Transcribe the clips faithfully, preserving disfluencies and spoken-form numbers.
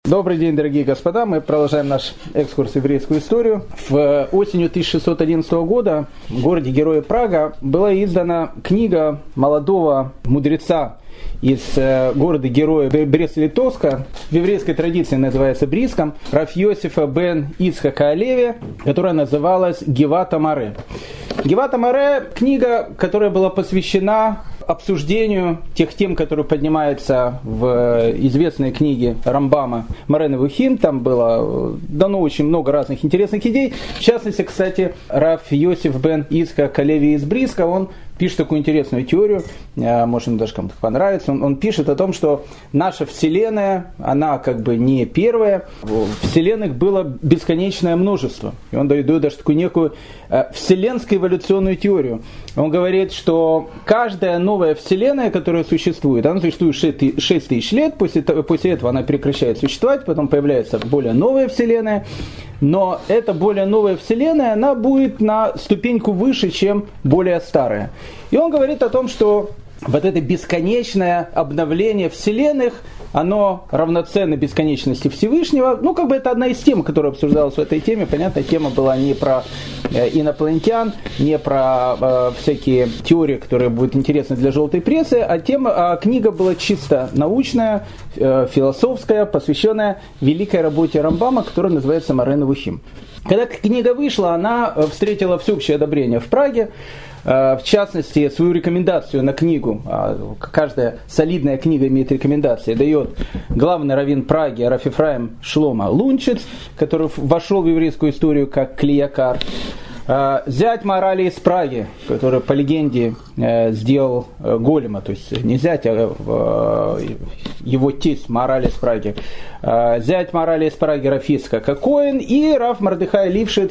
Добрый день, дорогие господа. Мы продолжаем наш экскурс в еврейскую историю. В осенью тысяча шестьсот одиннадцатого года в городе-герое Прага была издана книга молодого мудреца из города-героя Брест-Литовска, в еврейской традиции называется Бриском, Рав Йосифа бен Ицхака Алеви, которая называлась «Геват Амаре». «Геват Амаре» – книга, которая была посвящена обсуждению тех тем, которые поднимаются в известной книге Рамбама «Морэ Невухим». Там было дано очень много разных интересных идей. В частности, кстати, Рав Йосиф бен Ицхак Алеви из Бриска, он пишет такую интересную теорию, может, ему даже кому-то понравится. Он, он пишет о том, что наша Вселенная, она как бы не первая. Вселенных было бесконечное множество. И он дает, дает даже такую некую вселенскую эволюционную теорию. Он говорит, что каждая новая Вселенная, которая существует, она существует шесть тысяч лет, после, после этого она прекращает существовать, потом появляется более новая Вселенная. Но эта более новая Вселенная, она будет на ступеньку выше, чем более старая. И он говорит о том, что вот это бесконечное обновление вселенных, оно равноценно бесконечности Всевышнего. Ну, как бы это одна из тем, которая обсуждалась в этой теме. Понятно, тема была не про инопланетян, не про э, всякие теории, которые будут интересны для желтой прессы, а тема, а книга была чисто научная, э, философская, посвященная великой работе Рамбама, которая называется «Морэ Невухим». Когда книга вышла, она встретила всеобщее одобрение в Праге. В частности, свою рекомендацию на книгу, каждая солидная книга имеет рекомендации, дает главный раввин Праги Рав Ефраим Шломо Лунчиц, который вошел в еврейскую историю как Клиякар. Зять Маорали из Праги, который по легенде сделал голема, то есть не зять, а его тесть Маорали из Праги. Зять Маорали из Праги Рав Ицхак Коэн и Рав Мордехай Лившиц.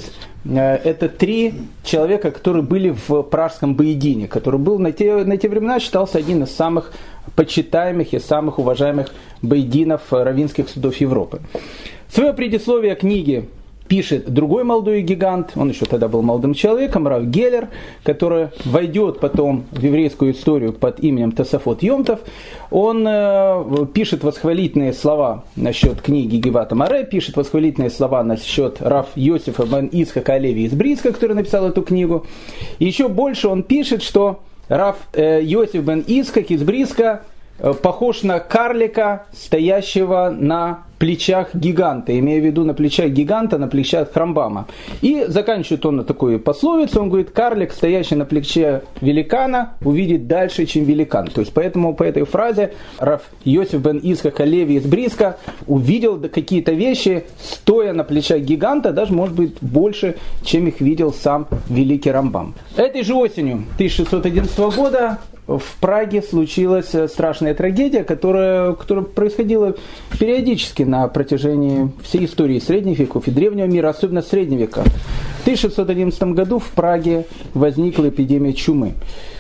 Это три человека, которые были в пражском Боедине, который был на те, на те времена считался одним из самых почитаемых и самых уважаемых боединов раввинских судов Европы. Свое предисловие книги пишет другой молодой гигант, он еще тогда был молодым человеком, Рав Геллер, который войдет потом в еврейскую историю под именем Тосафот Йомтов. Он э, пишет восхвалительные слова насчет книги Геват Амаре, пишет восхвалительные слова насчет Рав Йосифа бен Ицхака Алеви из Бриска, который написал эту книгу. И еще больше он пишет, что Рав э, Йосиф бен Ицхак из Бриска э, похож на карлика, стоящего на плечах гиганта, имея в виду на плечах гиганта, на плечах Рамбама. И заканчивает он на такой пословице, он говорит, карлик, стоящий на плече великана, увидит дальше, чем великан. То есть поэтому по этой фразе Рав Йосиф бен Ицхак Алеви из Бриска увидел какие-то вещи, стоя на плечах гиганта, даже может быть больше, чем их видел сам великий Рамбам. Этой же осенью тысяча шестьсот одиннадцатого года в Праге случилась страшная трагедия, которая, которая происходила периодически на протяжении всей истории средних веков и древнего мира, особенно среднего века. В тысяча шестьсот одиннадцатом году в Праге возникла эпидемия чумы.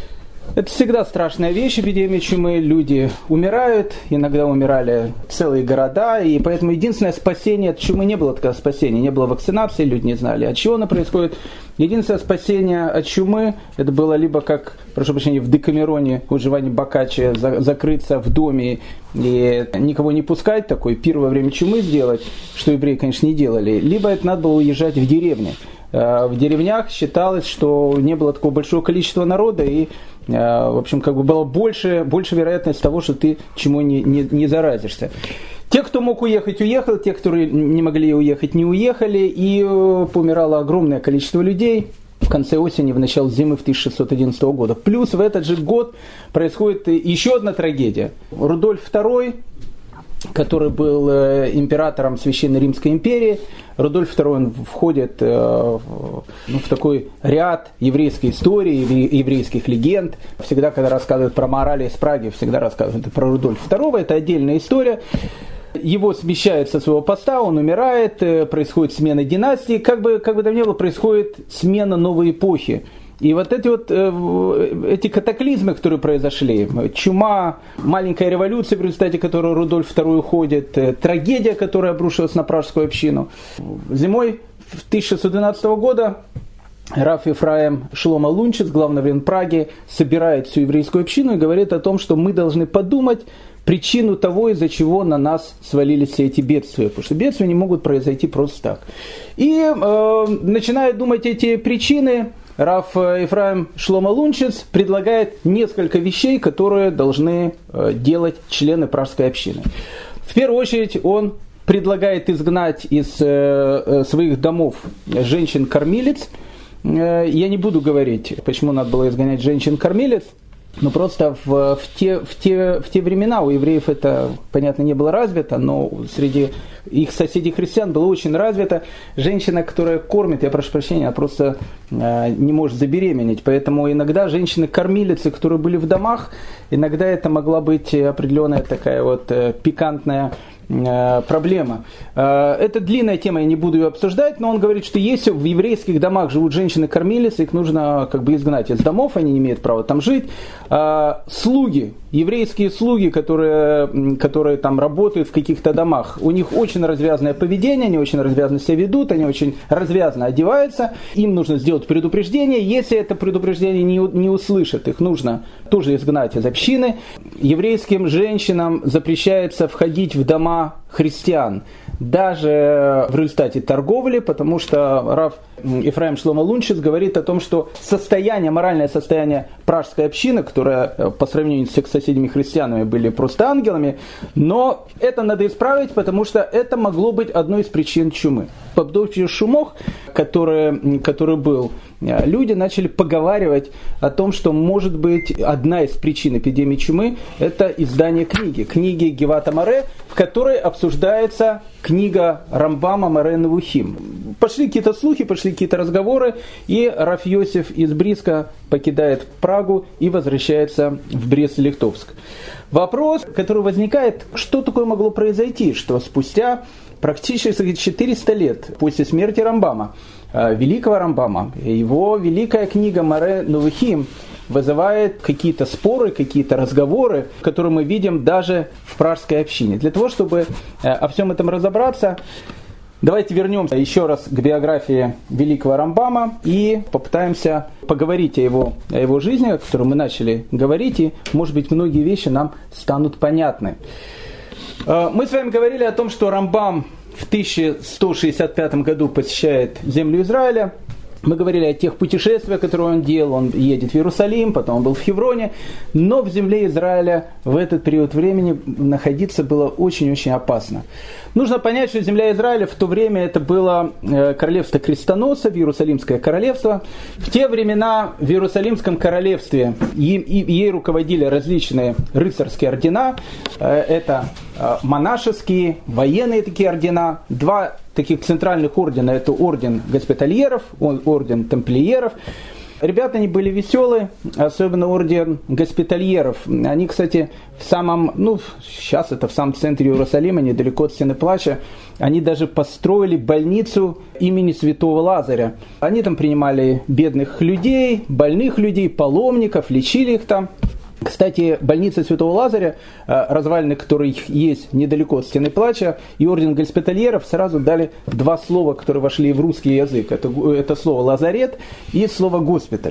Это всегда страшная вещь, эпидемия чумы. Люди умирают, иногда умирали целые города, и поэтому единственное спасение от чумы не было такого спасения, не было вакцинации, люди не знали, от чего она происходит. Единственное спасение от чумы, это было либо как, прошу прощения, в Декамероне у Джованни Боккаччо за, закрыться в доме и никого не пускать, такой пир во время чумы сделать, что евреи, конечно, не делали, либо это надо было уезжать в деревни. В деревнях считалось, что не было такого большого количества народа, и, в общем, как бы была больше, больше вероятность того, что ты чему не, не, не заразишься. Те, кто мог уехать, уехал, те, кто не могли уехать, не уехали, и помирало огромное количество людей в конце осени, в начале зимы в тысяча шестьсот одиннадцатого года. Плюс в этот же год происходит еще одна трагедия. Рудольф второй, который был императором Священной Римской империи. Рудольф второй он входит ну, в такой ряд еврейской истории, еврейских легенд. Всегда, когда рассказывают про Маорали из Праги, всегда рассказывают про Рудольфа второго. Это отдельная история. Его смещают со своего поста, он умирает, происходит смена династии. Как бы, как бы там ни было, происходит смена новой эпохи. И вот эти вот эти катаклизмы, которые произошли, чума, маленькая революция, в результате которой Рудольф второй уходит, трагедия, которая обрушилась на пражскую общину. Зимой тысяча шестьсот двенадцатого года Рав Ефраим Шломо Лунчиц, главный раввин Праги, собирает всю еврейскую общину и говорит о том, что мы должны подумать, причину того, из-за чего на нас свалились все эти бедствия. Потому что бедствия не могут произойти просто так. И э, начиная думать эти причины, Рав Ефраим Шломо Луншиц предлагает несколько вещей, которые должны делать члены пражской общины. В первую очередь он предлагает изгнать из своих домов женщин-кормилец. Я не буду говорить, почему надо было изгонять женщин-кормилец. Но просто в, в, те, в, те, в те времена у евреев это, понятно, не было развито, но среди их соседей христиан было очень развито. Женщина, которая кормит, я прошу прощения, она просто э, не может забеременеть. Поэтому иногда женщины-кормилицы, которые были в домах, иногда это могла быть определенная такая вот э, пикантная проблема. Это длинная тема, я не буду ее обсуждать, но он говорит, что если в еврейских домах живут женщины-кормилицы, их нужно как бы изгнать из домов, они не имеют права там жить. Слуги, еврейские слуги, которые, которые там работают в каких-то домах, у них очень развязанное поведение, они очень развязанно себя ведут, они очень развязанно одеваются, им нужно сделать предупреждение, если это предупреждение не, не услышат, их нужно тоже изгнать из общины. Еврейским женщинам запрещается входить в дома христиан, даже в результате торговли, потому что Рав Ефраим Шломо Луншиц говорит о том, что состояние, моральное состояние пражской общины, которая по сравнению с соседними христианами были просто ангелами, но это надо исправить, потому что это могло быть одной из причин чумы. По дочери Шумох, который, который был, люди начали поговаривать о том, что может быть одна из причин эпидемии чумы – это издание книги, книги Геват ха-Море, в которой обсуждается книга Рамбама Море Невухим. Пошли какие-то слухи, пошли какие-то разговоры, и Рав Йосеф из Бриска покидает Прагу и возвращается в Брест-Литовск. Вопрос, который возникает, что такое могло произойти, что спустя практически четыреста лет после смерти Рамбама, великого Рамбама, его великая книга Море Невухим вызывает какие-то споры, какие-то разговоры, которые мы видим даже в пражской общине. Для того, чтобы о всем этом разобраться, давайте вернемся еще раз к биографии великого Рамбама и попытаемся поговорить о его, о его жизни, о которой мы начали говорить, и, может быть, многие вещи нам станут понятны. Мы с вами говорили о том, что Рамбам в тысяча сто шестьдесят пятом году посещает землю Израиля. Мы говорили о тех путешествиях, которые он делал. Он едет в Иерусалим, потом он был в Хевроне. Но в земле Израиля в этот период времени находиться было очень-очень опасно. Нужно понять, что земля Израиля в то время это было королевство крестоносцев, Иерусалимское королевство. В те времена в Иерусалимском королевстве ей руководили различные рыцарские ордена. Это монашеские, военные такие ордена. Два таких центральных ордена, это орден госпитальеров, орден тамплиеров. Ребята, они были веселые, особенно орден госпитальеров. Они, кстати, в самом, ну, сейчас это в самом центре Иерусалима, недалеко от Стены Плача, они даже построили больницу имени Святого Лазаря. Они там принимали бедных людей, больных людей, паломников, лечили их там. Кстати, больница Святого Лазаря, развалины которой есть недалеко от Стены Плача, и орден госпитальеров сразу дали два слова, которые вошли в русский язык. Это, это слово «лазарет» и слово «госпиталь».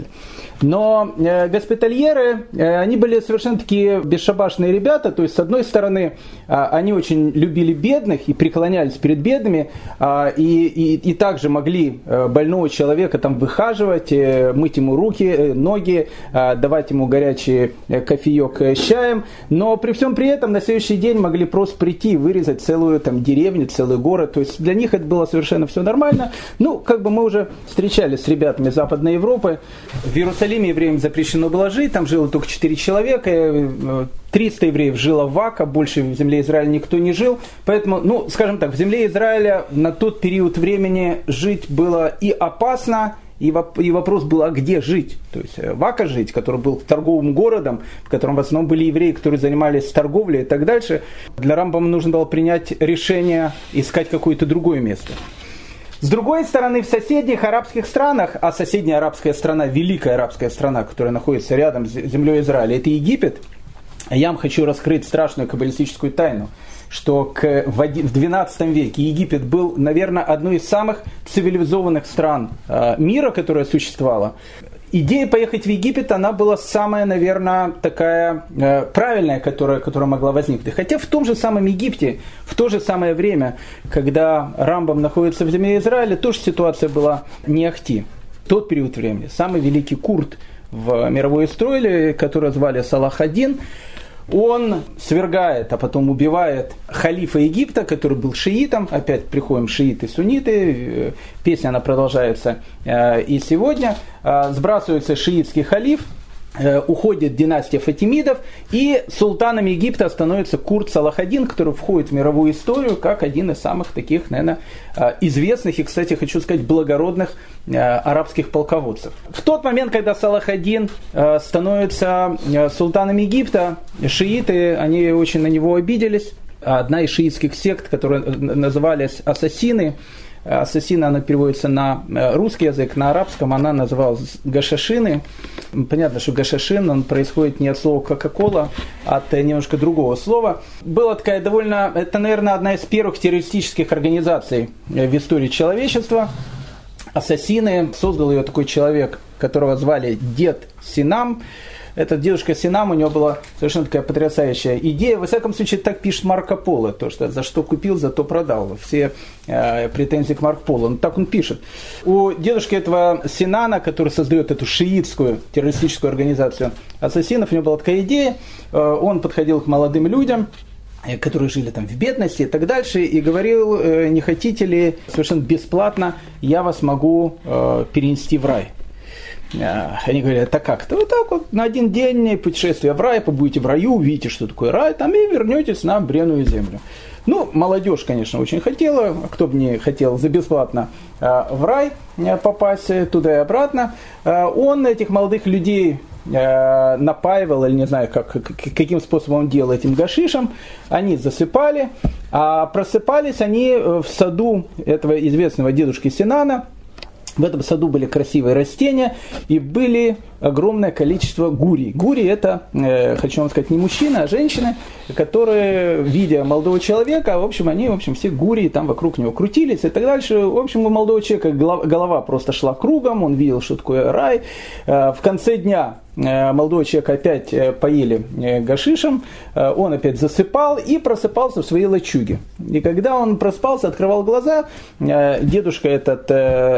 Но э, госпитальеры, э, они были совершенно такие бесшабашные ребята, то есть, с одной стороны, э, они очень любили бедных и преклонялись перед бедными, э, и, и, и также могли э, больного человека там выхаживать, э, мыть ему руки, э, ноги, э, давать ему горячий э, кофеек э, с чаем, но при всем при этом на следующий день могли просто прийти и вырезать целую там деревню, целый город, то есть для них это было совершенно все нормально. Ну, как бы мы уже встречались с ребятами Западной Европы, в Иерусалиме В Иерусалиме евреям запрещено было жить, там жило только четыре человека, триста евреев жило в Вака, больше в земле Израиля никто не жил. Поэтому, ну, скажем так, в земле Израиля на тот период времени жить было и опасно, и вопрос был, а где жить? То есть Вака жить, который был торговым городом, в котором в основном были евреи, которые занимались торговлей и так дальше. Для Рамбама нужно было принять решение искать какое-то другое место. С другой стороны, в соседних арабских странах, а соседняя арабская страна, великая арабская страна, которая находится рядом с землей Израиля, это Египет, я вам хочу раскрыть страшную каббалистическую тайну, что к, в двенадцатом веке Египет был, наверное, одной из самых цивилизованных стран э, мира, которая существовала. идея поехать в Египет, она была самая, наверное, такая э, правильная, которая, которая могла возникнуть. Хотя в том же самом Египте, в то же самое время, когда Рамбам находится в земле Израиля, тоже ситуация была не ахти. В тот период времени самый великий курд в мировой истории, которого звали Салах ад-Дин, он свергает, а потом убивает халифа Египта, который был шиитом. Опять приходим шииты, сунниты. Песня она продолжается и сегодня. Сбрасывается шиитский халиф, уходит династия Фатимидов, и султаном Египта становится Курд Салах ад-Дин, который входит в мировую историю как один из самых таких, наверное, известных и, кстати, хочу сказать, благородных арабских полководцев. В тот момент, когда Салах ад-Дин становится султаном Египта, шииты, они очень на него обиделись. Одна из шиитских сект, которые назывались ассасины, ассасины, она переводится на русский язык, на арабском она называлась гашашины. Понятно, что гашашин, он происходит не от слова кока-кола, а от немножко другого слова. Была такая довольно, это, наверное, одна из первых террористических организаций в истории человечества. Ассасины, создал ее такой человек, которого звали дед Синам. Этот дедушка Синам, у него была совершенно такая потрясающая идея. Во всяком случае, так пишет Марко Поло. То, что за что купил, за то продал. Все э, претензии к Марко Поло. Ну, так он пишет. У дедушки этого Синана, который создает эту шиитскую террористическую организацию ассасинов, у него была такая идея. Э, он подходил к молодым людям, которые жили там в бедности и так дальше, и говорил, э, не хотите ли совершенно бесплатно, я вас могу э, перенести в рай. Они говорят, так как? То вот так вот на один день путешествия в рай, побудете в раю, увидите, что такое рай, там и вернетесь на бренную землю. Ну, молодежь, конечно, очень хотела, кто бы не хотел за бесплатно в рай попасть туда и обратно. Он этих молодых людей напаивал, или не знаю, как, каким способом он делал этим гашишем, они засыпали, а просыпались они в саду этого известного дедушки Синана. В этом саду были красивые растения и были огромное количество гурий. Гури – это, э, хочу вам сказать, не мужчины, а женщины, которые, видя молодого человека, в общем, они, в общем, все гурии там вокруг него крутились и так дальше. В общем, у молодого человека голова просто шла кругом, он видел, что такое рай. Э, в конце дня молодого человека опять поили гашишем, он опять засыпал и просыпался в своей лачуге. И когда он просыпался, открывал глаза, дедушка этот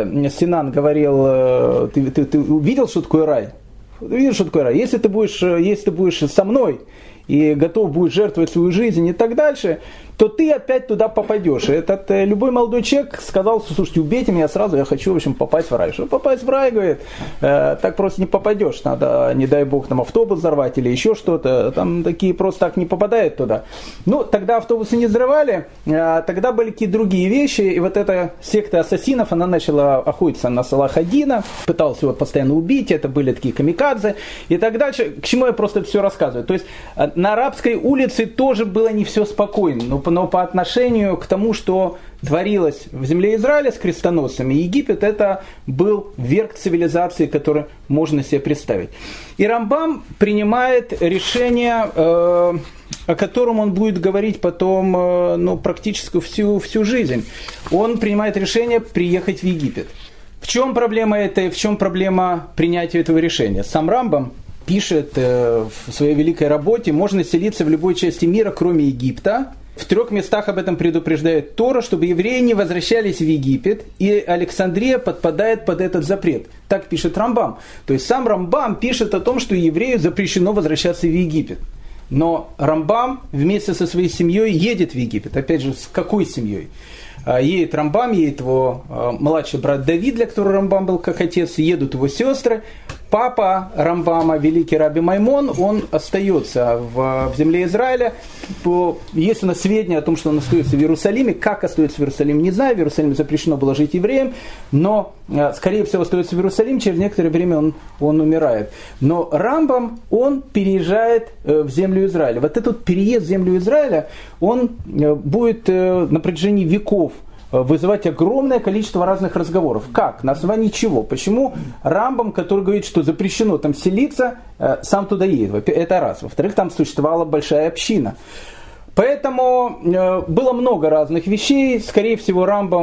Синан говорил, ты, ты, ты увидел, что такое рай? Видишь, что такое рай? Если ты будешь, если ты будешь со мной и готов будешь жертвовать свою жизнь и так дальше, то ты опять туда попадешь. И этот э, любой молодой человек сказал, слушайте, убейте меня сразу, я хочу, в общем, попасть в рай. Что попасть в рай, говорит, э, так просто не попадешь. Надо, не дай бог, там автобус взорвать или еще что-то. Там такие просто так не попадают туда. Ну, тогда автобусы не взрывали, э, тогда были какие-то другие вещи. И вот эта секта ассасинов, она начала охотиться на Салах ад-Дина, пыталась его постоянно убить, это были такие камикадзе и так дальше. К чему я просто это все рассказываю? То есть, на арабской улице тоже было не все спокойно. Но но по отношению к тому, что творилось в земле Израиля с крестоносцами, Египет это был верх цивилизации, который можно себе представить. И Рамбам принимает решение, э, о котором он будет говорить потом э, ну, практически всю, всю жизнь. Он принимает решение приехать в Египет. В чем проблема этой, в чем проблема принятия этого решения? Сам Рамбам пишет э, в своей великой работе, можно селиться в любой части мира, кроме Египта. В трех местах об этом предупреждает Тора, чтобы евреи не возвращались в Египет, и Александрия подпадает под этот запрет. Так пишет Рамбам. То есть сам Рамбам пишет о том, что еврею запрещено возвращаться в Египет. Но Рамбам вместе со своей семьей едет в Египет. Опять же, с какой семьей? Едет Рамбам, едет его младший брат Давид, для которого Рамбам был как отец, едут его сестры. Папа Рамбама, великий Раби Маймон, он остается в, в земле Израиля. По, есть у нас сведения о том, что он остается в Иерусалиме. Как остается в Иерусалиме, не знаю. В Иерусалиме запрещено было жить евреям. Но, скорее всего, остается в Иерусалиме. Через некоторое время он, он умирает. Но Рамбам, он переезжает в землю Израиля. Вот этот переезд в землю Израиля, он будет на протяжении веков вызывать огромное количество разных разговоров. Как? На основании чего? Почему Рамбам, который говорит, что запрещено там селиться, сам туда едет? Это раз. Во-вторых, там существовала большая община. Поэтому было много разных вещей. Скорее всего, Рамбам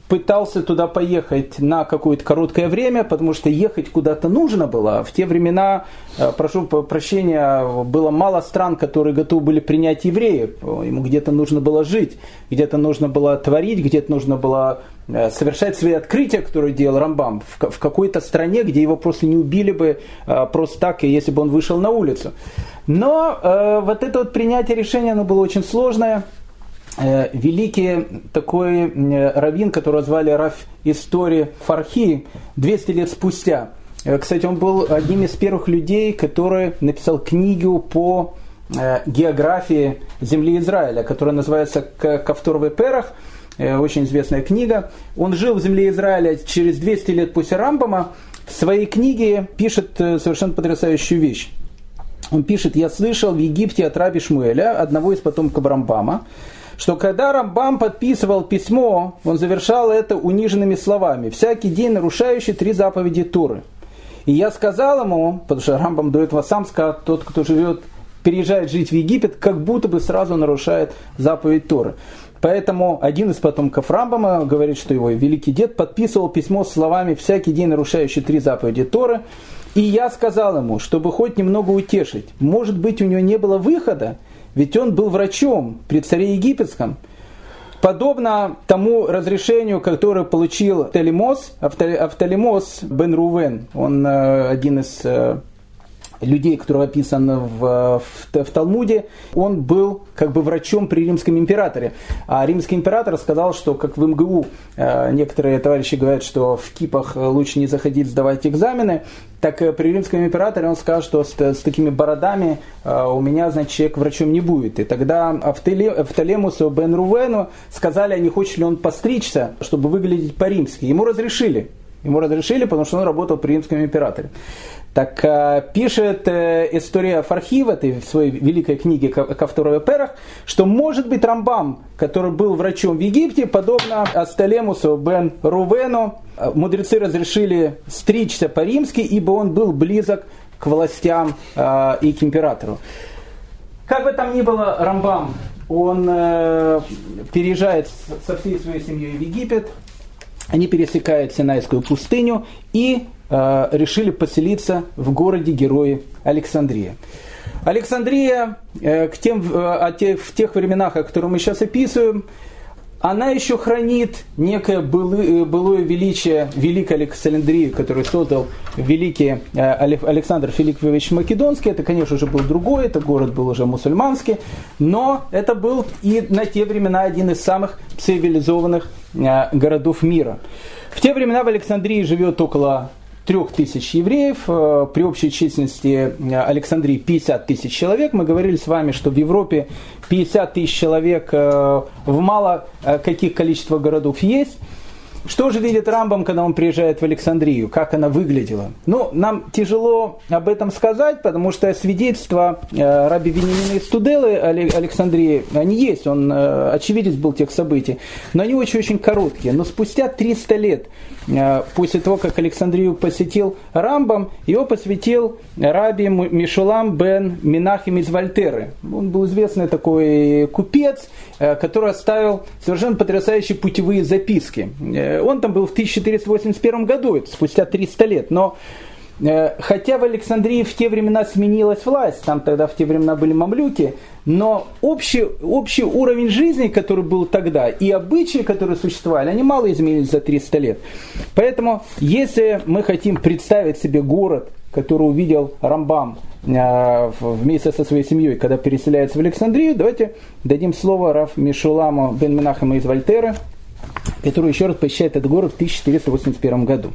пытался туда поехать на какое-то короткое время, потому что ехать куда-то нужно было. В те времена, прошу прощения, было мало стран, которые готовы были принять евреев. Ему где-то нужно было жить, где-то нужно было творить, где-то нужно было совершать свои открытия, которые делал Рамбам, в какой-то стране, где его просто не убили бы просто так, если бы он вышел на улицу. Но э, вот это вот принятие решения, оно было очень сложное. Э, великий такой э, раввин, которого звали Рав Истори Фархи, двести лет спустя. Э, кстати, он был одним из первых людей, который написал книгу по э, географии земли Израиля, которая называется «Кафтор ве-Перах», э, очень известная книга. Он жил в земле Израиля через двести лет после Рамбама. В своей книге пишет э, совершенно потрясающую вещь. Он пишет: «Я слышал в Египте от раби Шмуэля, одного из потомков Рамбама, что когда Рамбам подписывал письмо, он завершал это униженными словами: «Всякий день нарушающий три заповеди Торы». И я сказал ему, потому что Рамбам до этого сам сказал, тот, кто живет, переезжает жить в Египет, как будто бы сразу нарушает заповедь Торы. Поэтому один из потомков Рамбама говорит, что его великий дед подписывал письмо с словами: «Всякий день нарушающий три заповеди Торы». И я сказал ему, чтобы хоть немного утешить, может быть, у него не было выхода, ведь он был врачом при царе египетском. Подобно тому разрешению, которое получил Автолемос, Автолемос бен Рувен, он один из людей, который описан в, в, в Талмуде, он был как бы врачом при римском императоре. А римский император сказал, что как в эм гэ у э, некоторые товарищи говорят, что в КИПах лучше не заходить сдавать экзамены, так э, при римском императоре он сказал, что с, с такими бородами э, у меня, значит, человек врачом не будет. И тогда Автолемусу бен Рувену сказали, а не хочет ли он постричься, чтобы выглядеть по-римски. Ему разрешили. Ему разрешили, потому что он работал при римском императоре. Так пишет история Фархи в этой в своей великой книге «Кафтор ве-Перах», что, может быть, Рамбам, который был врачом в Египте, подобно Асталемусу бен Рувену, мудрецы разрешили стричься по-римски, ибо он был близок к властям э, и к императору. Как бы там ни было, Рамбам, он э, переезжает со всей своей семьей в Египет, они пересекают Синайскую пустыню и э, решили поселиться в городе-герое Александрия. Александрия э, к тем, э, тех, в тех временах, о которых мы сейчас описываем, она еще хранит некое былое, былое величие великой Александрии, которую создал великий Александр Филиппович Македонский. Это, конечно же, был другой, это город был уже мусульманский, но это был и на те времена один из самых цивилизованных городов мира. В те времена в Александрии живет около трех тысяч евреев, при общей численности Александрии пятьдесят тысяч человек. Мы говорили с вами, что в Европе пятьдесят тысяч человек в мало каких количествах городов есть. Что же видит Рамбам, когда он приезжает в Александрию? Как она выглядела? Ну, нам тяжело об этом сказать, потому что свидетельства э, раби Вениамина из Туделы Александрии, они есть, он э, очевидец был тех событий, но они очень-очень короткие. Но спустя триста лет э, после того, как Александрию посетил Рамбам, его посвятил раби Мешулам бен Менахем из Вольтеры. Он был известный такой купец, э, который оставил совершенно потрясающие путевые записки. Он там был в тысяча четыреста восемьдесят первом году, это спустя триста лет, но э, хотя в Александрии в те времена сменилась власть, там тогда в те времена были мамлюки, но общий, общий уровень жизни, который был тогда, и обычаи, которые существовали, они мало изменились за триста лет. Поэтому, если мы хотим представить себе город, который увидел Рамбам э, вместе со своей семьей, когда переселяется в Александрию, давайте дадим слово рав Мешуламу бен Менахему из Вольтеры, который еще раз посещает этот город в тысяча четыреста восемьдесят первом году.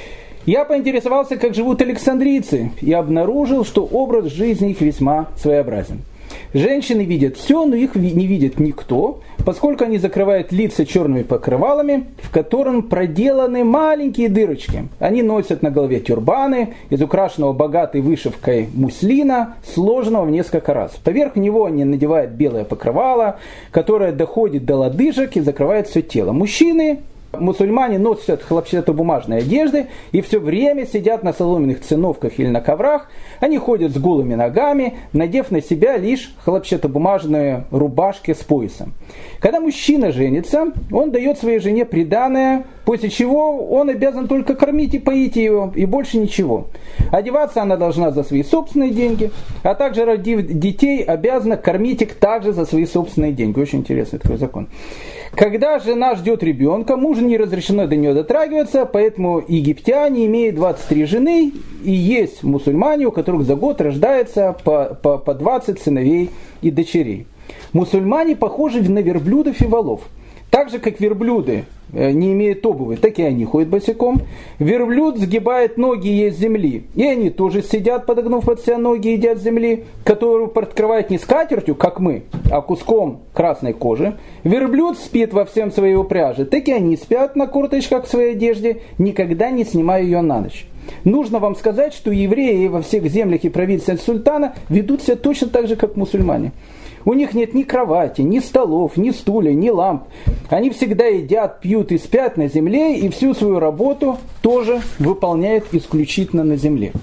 Я поинтересовался, как живут александрийцы, и обнаружил, что образ жизни их весьма своеобразен. Женщины видят все, но их не видит никто, поскольку они закрывают лица черными покрывалами, в котором проделаны маленькие дырочки. Они носят на голове тюрбаны из украшенного богатой вышивкой муслина, сложенного в несколько раз. Поверх него они надевают белое покрывало, которое доходит до лодыжек и закрывает все тело. Мужчины Мусульмане носят хлопчатобумажные одежды и все время сидят на соломенных циновках или на коврах. Они ходят с голыми ногами, надев на себя лишь хлопчатобумажные рубашки с поясом. Когда мужчина женится, он дает своей жене приданое, после чего он обязан только кормить и поить ее, и больше ничего. Одеваться она должна за свои собственные деньги, а также, родив детей, обязана кормить их также за свои собственные деньги. Очень интересный такой закон. Когда жена ждет ребенка, мужу не разрешено до нее дотрагиваться, поэтому египтяне имеют двадцать три жены, и есть мусульмане, у которых за год рождается по, по, по двадцать сыновей и дочерей. Мусульмане похожи на верблюдов и волов. Так же, как верблюды не имеют обуви, так и они ходят босиком. Верблюд сгибает ноги и ест земли. И они тоже сидят, подогнув под себя ноги, и едят земли, которую подкрывают не скатертью, как мы, а куском красной кожи. Верблюд спит во всем своей упряжи, так и они спят на курточках в своей одежде, никогда не снимая ее на ночь. Нужно вам сказать, что евреи во всех землях и провинциях султана ведут себя точно так же, как мусульмане. У них нет ни кровати, ни столов, ни стулья, ни ламп. Они всегда едят, пьют и спят на земле, и всю свою работу тоже выполняют исключительно на земле.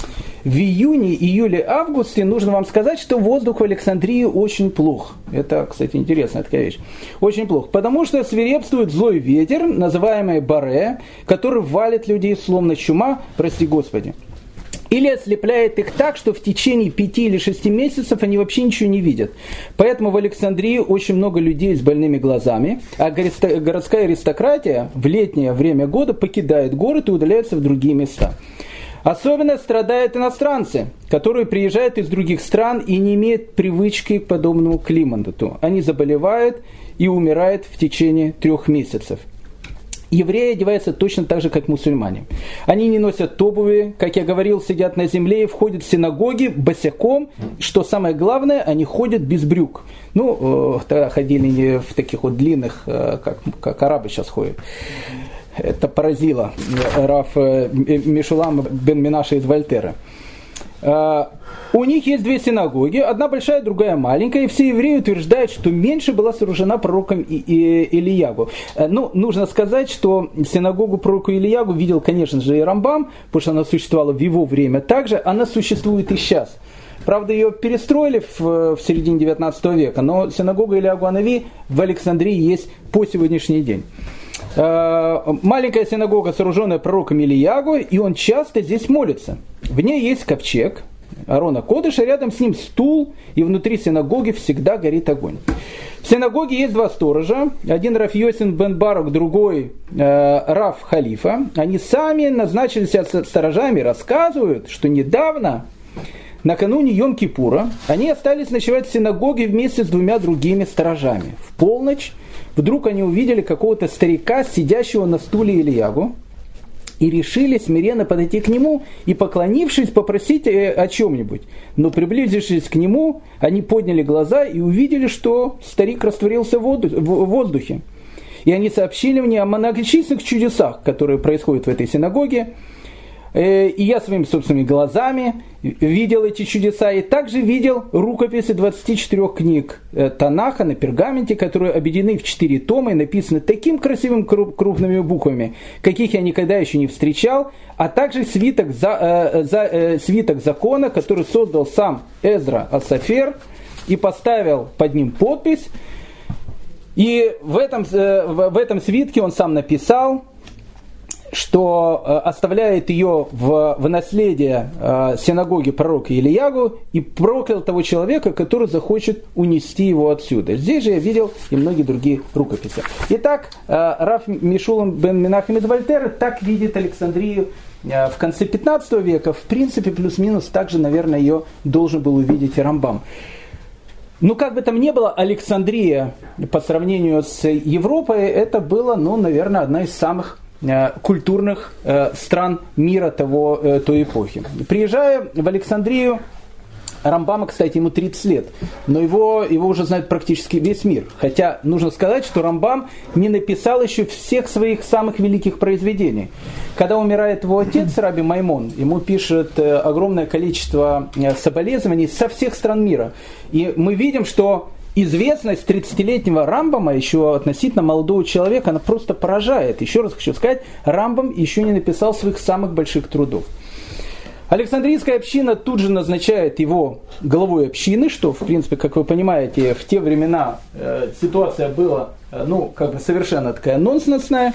В июне, июле, августе нужно вам сказать, что воздух в Александрии очень плох. Это, кстати, интересная такая вещь. Очень плох. Потому что свирепствует злой ветер, называемый баре, который валит людей словно чума, прости Господи. Или ослепляет их так, что в течение пяти или шести месяцев они вообще ничего не видят. Поэтому в Александрии очень много людей с больными глазами, а городская аристократия в летнее время года покидает город и удаляется в другие места. Особенно страдают иностранцы, которые приезжают из других стран и не имеют привычки к подобному климату. Они заболевают и умирают в течение трех месяцев. Евреи одеваются точно так же, как мусульмане. Они не носят обуви, как я говорил, сидят на земле и входят в синагоги босиком. Что самое главное, они ходят без брюк. Ну, тогда ходили не в таких вот длинных, как, как арабы сейчас ходят. Это поразило Рав Мешулам бен Менаше из Вольтера. У них есть две синагоги, одна большая, другая маленькая, и все евреи утверждают, что меньше была сооружена пророком Илиягу. Ну, нужно сказать, что синагогу пророка Илиягу видел, конечно же, и Рамбам, потому что она существовала в его время также, она существует и сейчас. Правда, ее перестроили в, в середине девятнадцатого века, но синагога Илиягу Анави в Александрии есть по сегодняшний день. Маленькая синагога, сооруженная пророком Илиягу, и он часто здесь молится. В ней есть ковчег Арона Кодыша, рядом с ним стул, и внутри синагоги всегда горит огонь. В синагоге есть два сторожа, один Рав Йосин бен Барух, другой э, Рав Халифа. Они сами назначили себя сторожами, рассказывают, что недавно, накануне Йом-Кипура, они остались ночевать в синагоге вместе с двумя другими сторожами. В полночь вдруг они увидели какого-то старика, сидящего на стуле Илиягу, и решили смиренно подойти к нему и, поклонившись, попросить о чем-нибудь. Но, приблизившись к нему, они подняли глаза и увидели, что старик растворился в воздухе. И они сообщили мне о многочисленных чудесах, которые происходят в этой синагоге. И я своими собственными глазами видел эти чудеса, и также видел рукописи двадцати четырёх книг Танаха на пергаменте, которые объединены в четыре тома и написаны таким красивым крупными буквами, каких я никогда еще не встречал, а также свиток, за, э, за, э, свиток закона, который создал сам Эзра Асафер и поставил под ним подпись. И в этом, э, в этом свитке он сам написал, что оставляет ее в, в наследие э, синагоги пророка Илиягу и проклял того человека, который захочет унести его отсюда. Здесь же я видел и многие другие рукописи. Итак, э, Рав Мешулам бен Менахем из Вольтера так видит Александрию э, в конце пятнадцатого века. В принципе, плюс-минус также, наверное, ее должен был увидеть и Рамбам. Ну, как бы там ни было, Александрия по сравнению с Европой, это было, ну, наверное, одна из самых культурных э, стран мира того, э, той эпохи. Приезжая в Александрию, Рамбама, кстати, ему тридцать лет, но его, его уже знает практически весь мир. Хотя нужно сказать, что Рамбам не написал еще всех своих самых великих произведений. Когда умирает его отец, Раби Маймон, ему пишет огромное количество соболезнований со всех стран мира. И мы видим, что известность тридцатилетнего Рамбама, еще относительно молодого человека, она просто поражает. Еще раз хочу сказать, Рамбам еще не написал своих самых больших трудов. Александрийская община тут же назначает его главой общины, что, в принципе, как вы понимаете, в те времена э, ситуация была, э, ну, как бы совершенно такая нонсенсная.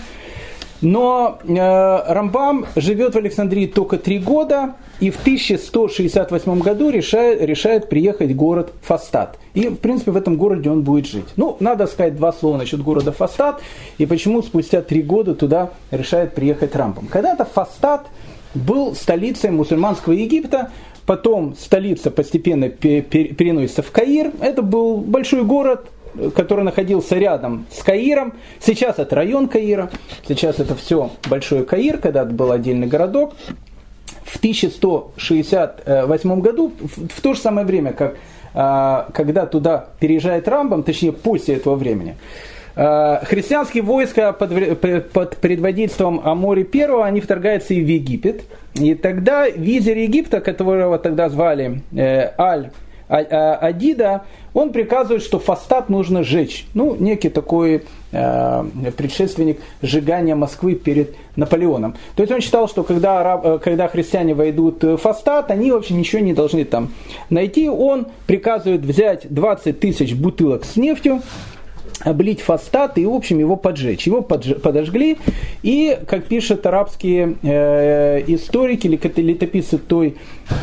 Но э, Рамбам живет в Александрии только три года, и в тысяча сто шестьдесят восьмом году решает, решает приехать в город Фастад. И, в принципе, в этом городе он будет жить. Ну, надо сказать два слова насчет города Фастад, и почему спустя три года туда решает приехать Рамбам. Когда-то Фастад был столицей мусульманского Египта, потом столица постепенно переносится в Каир. Это был большой город, который находился рядом с Каиром. Сейчас это район Каира, сейчас это все большой Каир, когда-то был отдельный городок. В тысяча сто шестьдесят восьмом году, в то же самое время, как когда туда переезжает Рамбам, точнее после этого времени, христианские войска под, под предводительством Амори I, они вторгаются и в Египет. И тогда визирь Египта, которого тогда звали э, Аль-Адида, он приказывает, что Фастад нужно сжечь. Ну, некий такой э, предшественник сжигания Москвы перед Наполеоном. То есть он считал, что когда, араб, когда христиане войдут в Фастад, они вообще ничего не должны там найти. Он приказывает взять двадцать тысяч бутылок с нефтью, облить Фастад и, в общем, его поджечь. Его подж... подожгли, и, как пишут арабские э, историки или летописцы той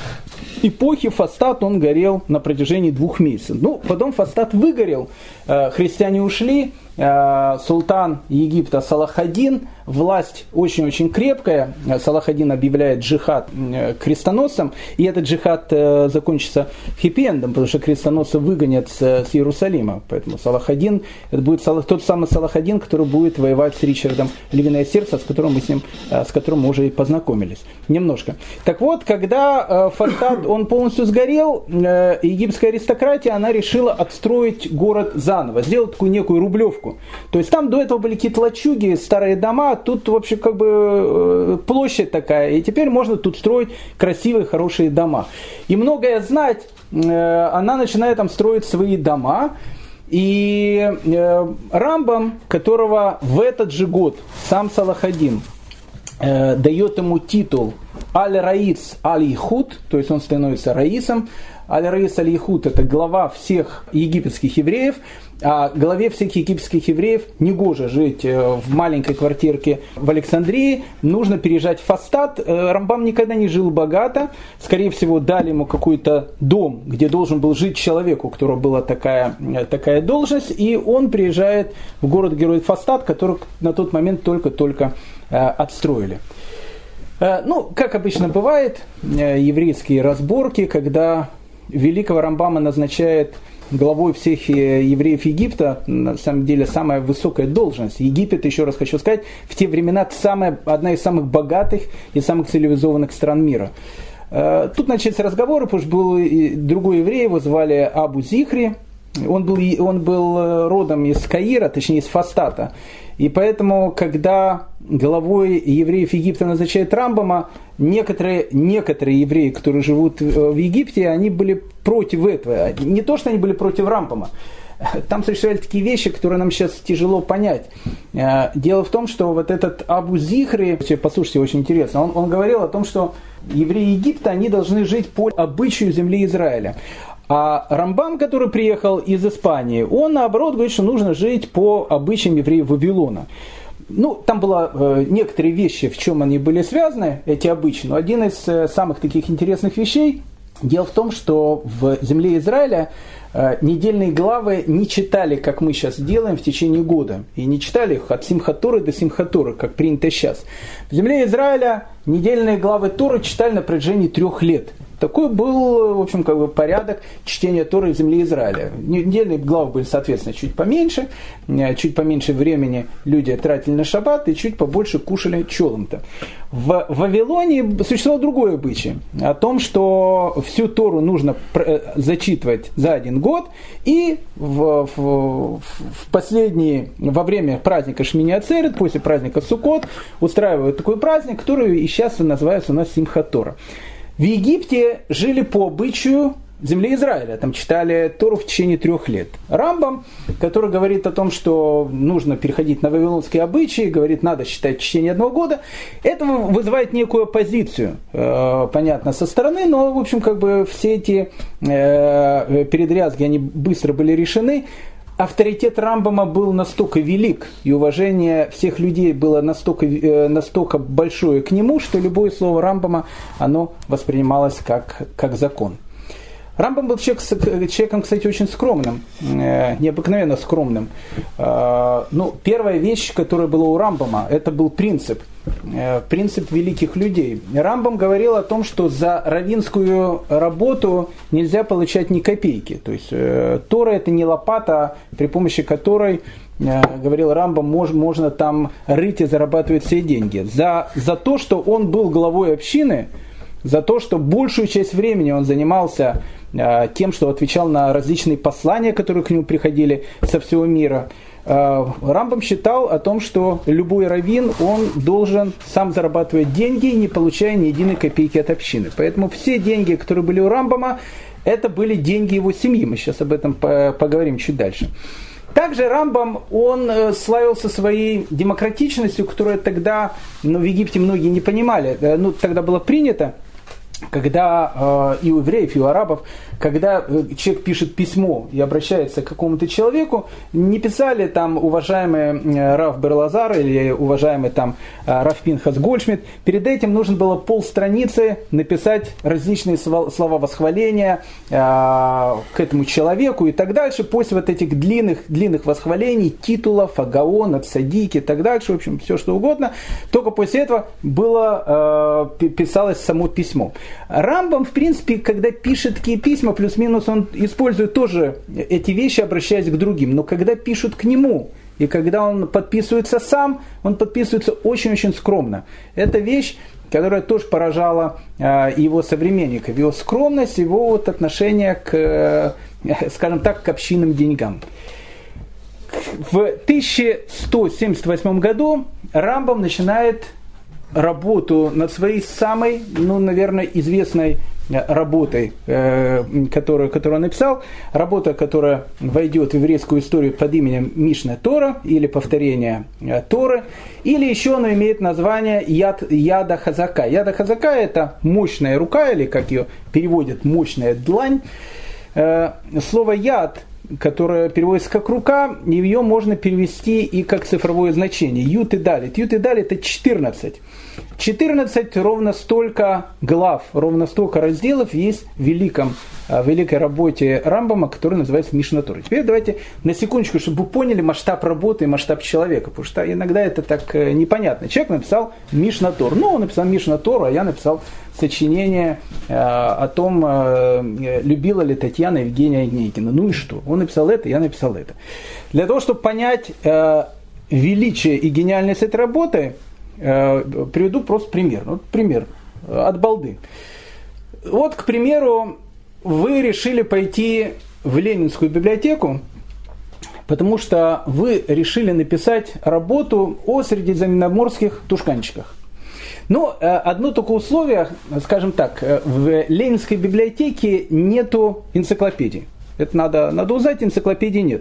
эпохи, Фастад, он горел на протяжении двух месяцев. Ну, потом Фастад выгорел, э, христиане ушли, э, султан Египта Салах-ад-Дин, власть очень-очень крепкая, Салах-ад-Дин объявляет джихад э, крестоносцам, и этот джихад э, закончится хэппи-эндом, потому что крестоносцы выгонят с, с Иерусалима. Поэтому Салах-ад-Дин, это будет Салах, тот самый Салах-ад-Дин, который будет воевать с Ричардом Львиное сердце, с которым мы с ним, э, с которым мы уже и познакомились немножко. Так вот, когда э, Фастад он полностью сгорел, э, египетская аристократия, она решила отстроить город заново, сделать такую некую рублевку. То есть там до этого были какие-то лачуги, старые дома, тут вообще как бы э, площадь такая, и теперь можно тут строить красивые, хорошие дома. И многое знать, э, она начинает там строить свои дома, и э, Рамбам, которого в этот же год сам Салах-ад-Дин э, дает ему титул Аль-Раис Аль-Ихуд, то есть он становится раисом. Аль-Раис Аль-Ихуд — это глава всех египетских евреев, а главе всех египетских евреев негоже жить в маленькой квартирке в Александрии, нужно переезжать в Фастад. Рамбам никогда не жил богато, скорее всего дали ему какой-то дом, где должен был жить человек, у которого была такая, такая должность, и он приезжает в город-герой Фастад, который на тот момент только-только отстроили. Ну, как обычно бывает, еврейские разборки, когда великого Рамбама назначает главой всех евреев Египта, на самом деле самая высокая должность. Египет, еще раз хочу сказать, в те времена самая, одна из самых богатых и самых цивилизованных стран мира. Тут начались разговоры, потому что был другой еврей, его звали Абу Зихри. Он был, он был родом из Каира, точнее из Фастада. И поэтому, когда главой евреев Египта назначает Рамбама, некоторые, некоторые евреи, которые живут в Египте, они были против этого. Не то, что они были против Рамбама. Там существовали такие вещи, которые нам сейчас тяжело понять. Дело в том, что вот этот Абу Зихри, послушайте, очень интересно, он, он говорил о том, что евреи Египта, они должны жить по обычаю земли Израиля. А Рамбам, который приехал из Испании, он наоборот говорит, что нужно жить по обычаям евреев Вавилона. Ну, там было э, некоторые вещи, в чем они были связаны, эти обычаи. Но один из э, самых таких интересных вещей, дело в том, что в земле Израиля э, недельные главы не читали, как мы сейчас делаем, в течение года. И не читали их от Симхат Торы до Симхат Торы, как принято сейчас. В земле Израиля недельные главы Торы читали на протяжении трех лет. Такой был, в общем, как бы порядок чтения Торы в земле Израиля. Недельные главы были, соответственно, чуть поменьше, чуть поменьше времени люди тратили на шаббат и чуть побольше кушали челом-то. В Вавилоне существовал другой обычай, о том, что всю Тору нужно зачитывать за один год, и в, в, в последние, во время праздника Шмини Ацерет, после праздника Суккот, устраивают такой праздник, который и сейчас называется у нас Симхат Тора. В Египте жили по обычаю земле Израиля. Там читали Тору в течение трех лет. Рамбам, который говорит о том, что нужно переходить на вавилонские обычаи, говорит, надо считать в течение одного года, это вызывает некую оппозицию, э, понятно, со стороны, но, в общем, как бы все эти э, передрязги, они быстро были решены. Авторитет Рамбама был настолько велик, и уважение всех людей было настолько, настолько большое к нему, что любое слово Рамбама, оно воспринималось как, как закон. Рамбам был человек, человеком, кстати, очень скромным, необыкновенно скромным. Ну, первая вещь, которая была у Рамбама, это был принцип. Принцип великих людей. Рамбам говорил о том, что за раввинскую работу нельзя получать ни копейки. То есть Тора это не лопата, при помощи которой, говорил Рамбам, мож, можно там рыть и зарабатывать все деньги. За, за то, что он был главой общины, за то, что большую часть времени он занимался тем, что отвечал на различные послания, которые к нему приходили со всего мира, Рамбам считал о том, что любой раввин, он должен сам зарабатывать деньги, не получая ни единой копейки от общины. Поэтому все деньги, которые были у Рамбама, это были деньги его семьи. Мы сейчас об этом поговорим чуть дальше. Также Рамбам, он славился своей демократичностью, которую тогда, ну, в Египте многие не понимали. Ну, тогда было принято, когда э, и у евреев, и у арабов, когда человек пишет письмо и обращается к какому-то человеку, не писали там уважаемый Рав Берлазар или уважаемый там Рав Пинхас Гольдшмидт. Перед этим нужно было полстраницы написать различные слова восхваления э, к этому человеку и так дальше. После вот этих длинных, длинных восхвалений, титулов, агаон, цадики и так дальше, в общем, все что угодно, только после этого было, э, писалось само письмо. Рамбам, в принципе, когда пишет такие письма, плюс-минус, он использует тоже эти вещи, обращаясь к другим. Но когда пишут к нему, и когда он подписывается сам, он подписывается очень-очень скромно. Это вещь, которая тоже поражала э, его современников. Его скромность, его вот отношение к, э, скажем так, к общинным деньгам. В тысяча сто семьдесят восьмом году Рамбам начинает работу над своей самой, ну, наверное, известной работой, э, которую, которую он написал. Работа, которая войдет в еврейскую историю под именем Мишна Тора, или повторение э, Торы, или еще она имеет название Яд, Яда Хазака. Яда Хазака – это мощная рука, или как ее переводят, мощная длань. Э, слово «яд», которая переводится как рука, ее можно перевести и как цифровое значение. Ют и далит. Ют и далит это четырнадцать. четырнадцать ровно столько глав, ровно столько разделов есть в великом, в великой работе Рамбама, которая называется Мишна Тора. Теперь давайте на секундочку, чтобы вы поняли масштаб работы и масштаб человека, потому что иногда это так непонятно. Человек написал Мишна Тор. Ну, он написал Мишна Тору, а я написал сочинение э, о том, э, любила ли Татьяна Евгения Онегина. Ну и что? Он написал это, я написал это. Для того, чтобы понять э, величие и гениальность этой работы, э, приведу просто пример. Вот пример от балды. Вот, к примеру, вы решили пойти в Ленинскую библиотеку, потому что вы решили написать работу о средиземноморских тушканчиках. Но одно только условие, скажем так, в Ленинской библиотеке нету энциклопедии. Это надо, надо узнать, энциклопедии нет.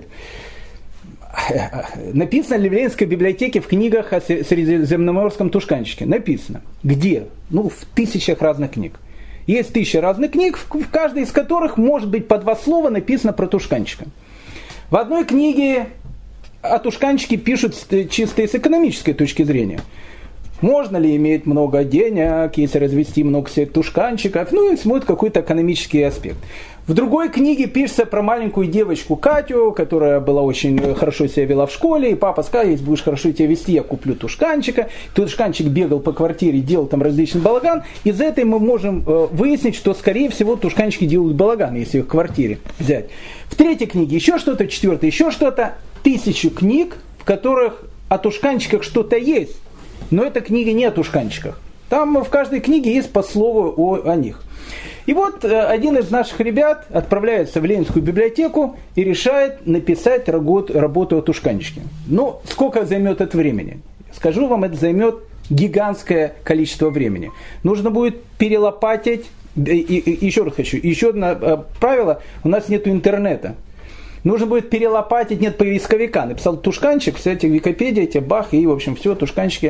Написано ли в Ленинской библиотеке в книгах о средиземноморском тушканчике? Написано. Где? Ну, в тысячах разных книг. Есть тысяча разных книг, в каждой из которых может быть по два слова написано про тушканчика. В одной книге о тушканчике пишут чисто с экономической точки зрения. Можно ли иметь много денег, если развести много всех тушканчиков, ну и смотрит какой-то экономический аспект. В другой книге пишется про маленькую девочку Катю, которая была очень хорошо себя вела в школе, и папа сказал, если будешь хорошо себя вести, я куплю тушканчика. Тушканчик бегал по квартире, делал там различный балаган. Из этой мы можем выяснить, что, скорее всего, тушканчики делают балаган, если их в квартире взять. В третьей книге еще что-то, в четвертой еще что-то. Тысячу книг, в которых о тушканчиках что-то есть. Но эта книга не о тушканчиках. Там в каждой книге есть по слову о, о них. И вот один из наших ребят отправляется в Ленинскую библиотеку и решает написать работу, работу о тушканчике. Ну, сколько займет это времени? Скажу вам, это займет гигантское количество времени. Нужно будет перелопатить И, и, и еще раз хочу, еще одно правило, у нас нет интернета. Нужно будет перелопатить, нет поисковика. Написал Тушканчик, кстати, Википедия, эти бах, и, в общем, все, Тушканчики,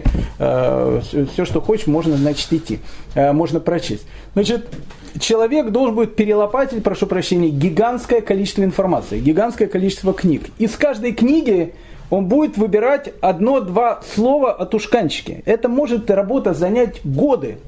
э, все, что хочешь, можно, значит, идти, э, можно прочесть. Значит, человек должен будет перелопатить, прошу прощения, гигантское количество информации, гигантское количество книг. Из каждой книги он будет выбирать одно-два слова о Тушканчике. Это может работа занять годы.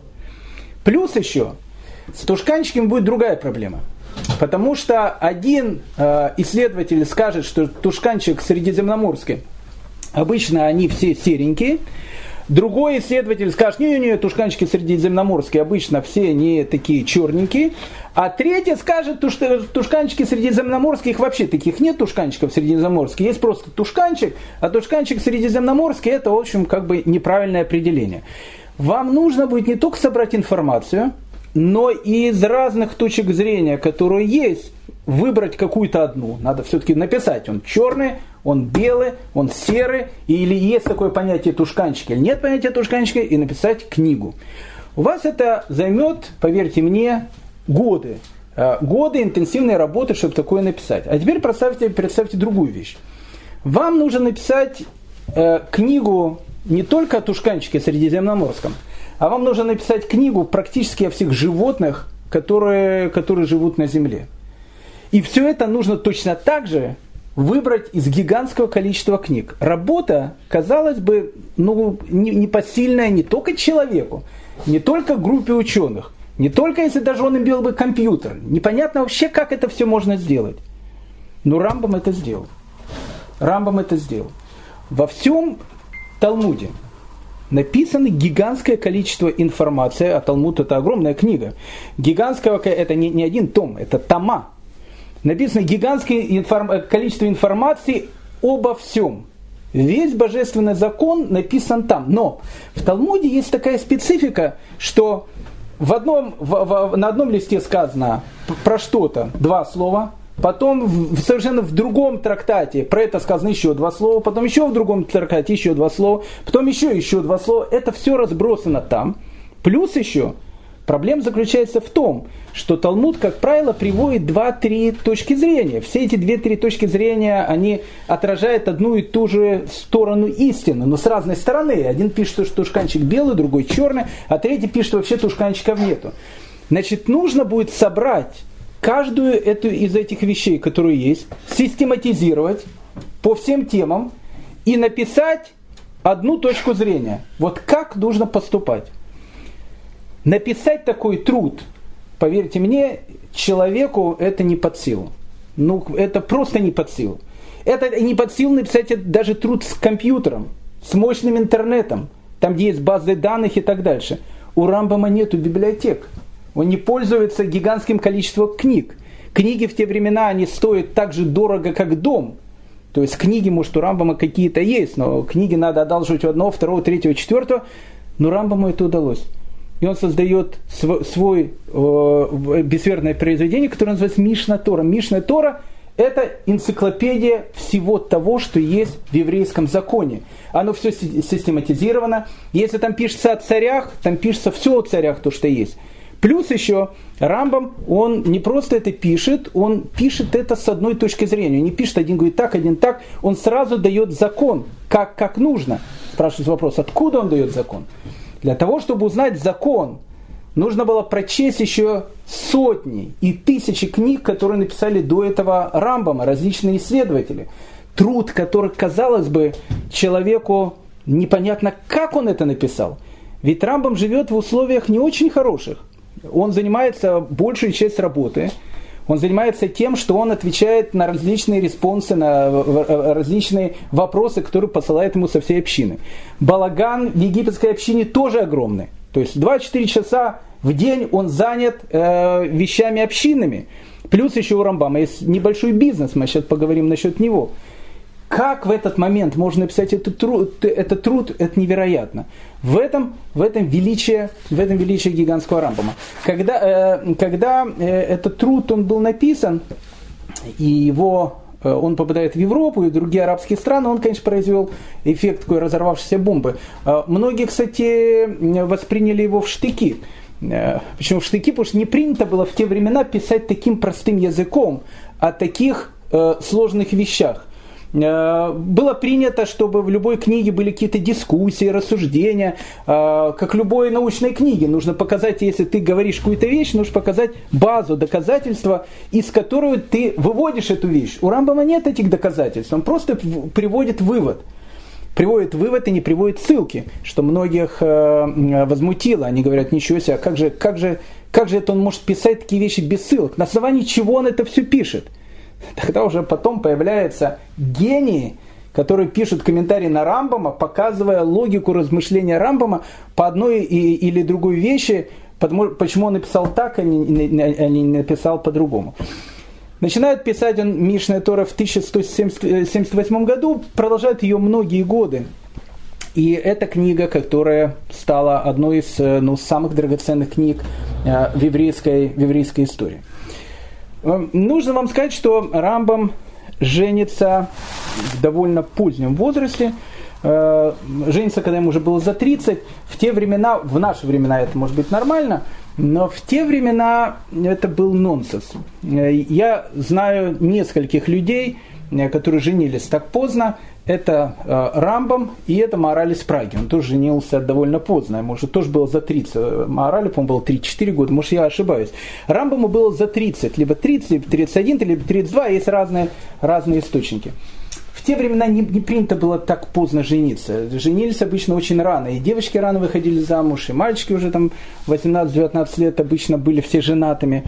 Плюс еще, с Тушканчиком будет другая проблема. Потому что один э, исследователь скажет, что Тушканчик средиземноморский, обычно они все серенькие. Другой исследователь скажет, не-не-не, Тушканчики средиземноморские, обычно все не такие черненькие. А третий скажет, что Тушканчики средиземноморские, их вообще таких нет, Тушканчиков средиземноморских. Есть просто Тушканчик, а Тушканчик средиземноморский, это, в общем, как бы неправильное определение. Вам нужно будет не только собрать информацию, но и из разных точек зрения, которые есть, выбрать какую-то одну. Надо все-таки написать, он черный, он белый, он серый, или есть такое понятие тушканчики, или нет понятия тушканчика, и написать книгу. У вас это займет, поверьте мне, годы. Годы интенсивной работы, чтобы такое написать. А теперь представьте, представьте другую вещь. Вам нужно написать э, книгу не только о тушканчике средиземноморском, а вам нужно написать книгу практически о всех животных, которые, которые живут на Земле. И все это нужно точно так же выбрать из гигантского количества книг. Работа, казалось бы, ну, непосильная не только человеку, не только группе ученых, не только если даже он имел бы компьютер. Непонятно вообще, как это все можно сделать. Но Рамбам это сделал. Рамбам это сделал. Во всем Талмуде написано гигантское количество информации, а Талмуд это огромная книга. Гигантского, это не, не один том, это тома. Написано гигантское информ, количество информации обо всем. Весь божественный закон написан там. Но в Талмуде есть такая специфика, что в одном, в, в, на одном листе сказано про что-то два слова, потом в, совершенно в другом трактате про это сказано еще два слова, потом еще в другом трактате еще два слова, потом еще еще два слова. Это все разбросано там. Плюс еще проблема заключается в том, что Талмуд, как правило, приводит два-три точки зрения. Все эти две-три точки зрения, они отражают одну и ту же сторону истины, но с разной стороны. Один пишет, что тушканчик белый, другой черный, а третий пишет, что вообще тушканчиков нету. Значит, нужно будет собрать каждую эту из этих вещей, которые есть, систематизировать по всем темам и написать одну точку зрения. Вот как нужно поступать. Написать такой труд, поверьте мне, человеку это не под силу. Ну, это просто не под силу. Это не под силу написать даже труд с компьютером, с мощным интернетом, там, где есть базы данных и так дальше. У Рамбама нету библиотек. Он не пользуется гигантским количеством книг. Книги в те времена, они стоят так же дорого, как дом. То есть книги, может, у Рамбама какие-то есть, но книги надо одалживать у одного, второго, третьего, четвертого. Но Рамбаму это удалось. И он создает свой, свой э, бессмертное произведение, которое называется Мишна Тора. Мишна Тора – это энциклопедия всего того, что есть в еврейском законе. Оно все систематизировано. Если там пишется о царях, там пишется все о царях, то, что есть. Плюс еще Рамбам, он не просто это пишет, он пишет это с одной точки зрения. Он не пишет, один говорит так, один так. Он сразу дает закон, как, как нужно. Спрашивается вопрос, откуда он дает закон? Для того, чтобы узнать закон, нужно было прочесть еще сотни и тысячи книг, которые написали до этого Рамбама, различные исследователи. Труд, который, казалось бы, человеку непонятно, как он это написал. Ведь Рамбам живет в условиях не очень хороших. Он занимается большую часть работы. Он занимается тем, что он отвечает на различные респонсы, на различные вопросы, которые посылают ему со всей общины. Балаган в египетской общине тоже огромный. То есть два-четыре часа в день он занят э, вещами общинными. Плюс еще у Рамбама есть небольшой бизнес, мы сейчас поговорим насчет него. Как в этот момент можно написать этот труд, этот труд, это невероятно. В этом, в этом величие, в этом величие гигантского Рамбама. Когда, э, когда э, этот труд он был написан, и его, э, он попадает в Европу и в другие арабские страны, он, конечно, произвел эффект такой разорвавшейся бомбы. Э, многие, кстати, восприняли его в штыки. Почему в штыки? Потому что не принято было в те времена писать таким простым языком о таких э, сложных вещах. Э, было принято, чтобы в любой книге были какие-то дискуссии, рассуждения, э, как любой научной книге. Нужно показать, если ты говоришь какую-то вещь, нужно показать базу, доказательства, из которой ты выводишь эту вещь. У Рамбама нет этих доказательств, он просто приводит вывод. Приводит вывод и не приводит ссылки, что многих э, возмутило. Они говорят, ничего себе, как же, как, же, как же это он может писать такие вещи без ссылок? На основании чего он это все пишет? Тогда уже потом появляются гении, которые пишут комментарии на Рамбама, показывая логику размышления Рамбама по одной и, или другой вещи, потому, почему он написал так, а не, а не написал по-другому. Начинает писать он Мишне Тора в тысяча сто семьдесят восьмом году, продолжает ее многие годы. И это книга, которая стала одной из ну, самых драгоценных книг в еврейской, в еврейской истории. Нужно вам сказать, что Рамбам женится в довольно позднем возрасте. Женится, когда ему уже было за тридцать. В те времена, в наши времена это может быть нормально, но в те времена это был нонсенс. Я знаю нескольких людей, которые женились так поздно. Это Рамбам и это Маораль из Праги. Он тоже женился довольно поздно. Ему уже тоже было за тридцать. Маоралю, по-моему, было тридцать-четыре года. Может, я ошибаюсь. Рамбаму было за тридцать. Либо тридцать, либо тридцать один, либо тридцать два. Есть разные, разные источники. В те времена не, не принято было так поздно жениться. Женились обычно очень рано. И девочки рано выходили замуж, и мальчики уже там восемнадцать-девятнадцать лет обычно были все женатыми.